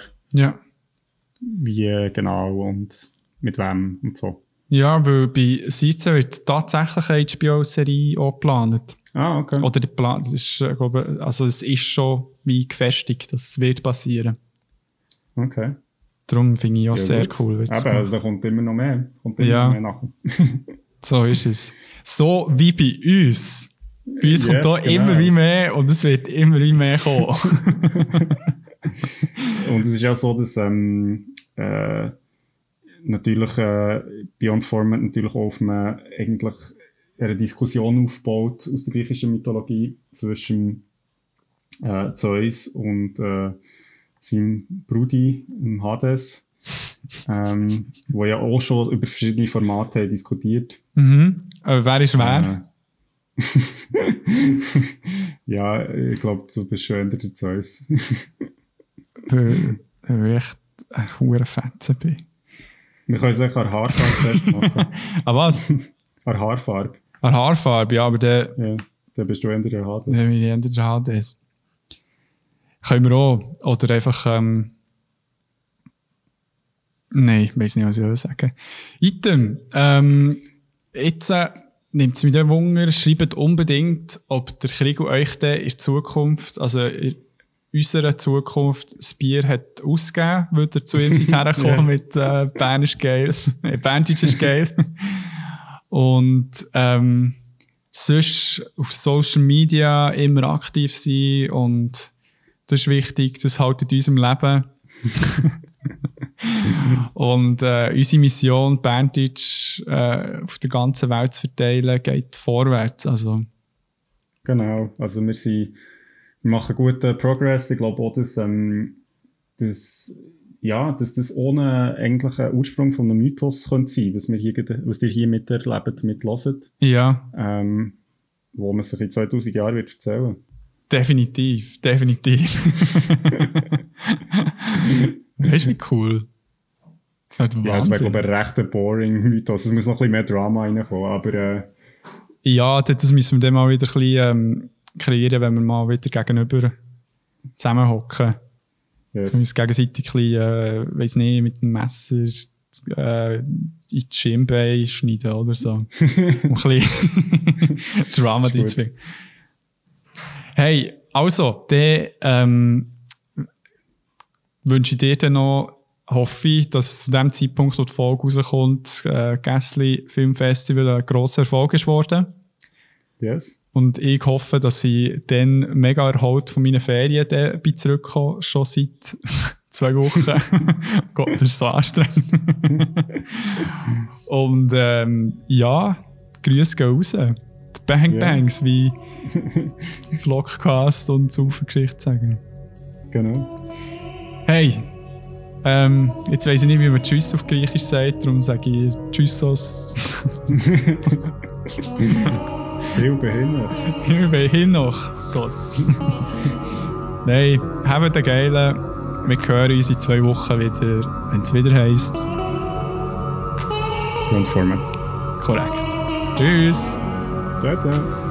wie genau und mit wem und so. Ja, weil bei 17 wird tatsächlich eine HBO-Serie auch geplant. Ah, okay. Oder der Plan, das ist, also es ist schon wie gefestigt, das wird passieren. Okay. Darum finde ich auch sehr cool. Aber also, da kommt immer noch mehr. Noch mehr nachher. So ist es. So wie bei uns. Bei uns kommt da immer wie mehr und es wird immer wie mehr kommen. Und es ist auch so, dass natürlich Beyond Format natürlich auch auf eigentlich eine Diskussion aufbaut aus der griechischen Mythologie zwischen Zeus und seinem Brudi, Hades, wo ja auch schon über verschiedene Formate diskutiert. Wer ist wer? Ja, ich glaube, du bist schon eher der Zeus. ein hoher Fetzen bin. Wir können es auch an Haarfarbe festmachen. Ah, was? An Haarfarbe. An Haarfarbe, ja, aber der... Ja, dann bist du eher der Hades. Dann bin ich eher der Hades. Können wir auch. Oder einfach... Nein, ich weiss nicht, was ich sagen will. Item. Jetzt nimmt es mich den Wunder, schreibt unbedingt, ob der Krieg euch dann in Zukunft, also in unserer Zukunft, das Bier hat ausgegeben, weil ihr zu ihm seid hergekommen mit Bernisch geil. Berndeutsch ist geil. Und sonst auf Social Media immer aktiv sein und das ist wichtig, das hält in unserem Leben. Und unsere Mission, Berndeutsch auf der ganzen Welt zu verteilen, geht vorwärts. Also. Genau, also wir machen guten Progress. Ich glaube auch, dass das ohne eigentlichen Ursprung von einem Mythos könnte sein, was ihr hier miterlebt, mithört. Ja. Wo man sich in 2000 Jahren wird erzählen. Definitiv. Weißt du, wie cool? Das wäre Wahnsinn. Ja, das wäre, glaube ich, ein recht boring Mythos. Es muss noch ein bisschen mehr Drama reinkommen, aber... Ja, das müssen wir dann mal wieder ein bisschen kreieren, wenn wir mal wieder gegenüber zusammenhocken. Yes. Wir uns gegenseitig ein bisschen, weiss nicht, mit dem Messer in die Schienbein schneiden oder so. Um ein bisschen Drama reinzubringen. Hey, also, dann wünsche ich dir dann noch, hoffe ich, dass zu dem Zeitpunkt, wo die Folge rauskommt, Gässli Filmfestival ein grosser Erfolg ist worden. Yes. Und ich hoffe, dass ich dann mega erholt von meinen Ferien bin zurückgekommen, schon seit 2 Wochen. Gott, das ist so anstrengend. Und ja, die Grüße gehen raus. Die Bang Bangs, wie Vlogcast und Saufengeschichte sagen. Genau. Hey, jetzt weiss ich nicht, wie man Tschüss auf Griechisch sagt, darum sage ich Tschüssos. Hilbe hin noch, Sos. Nein, habt einen geilen. Wir hören uns in 2 Wochen wieder, wenn es wieder heisst. Grundformat. Korrekt. Tschüss. Ciao, ciao.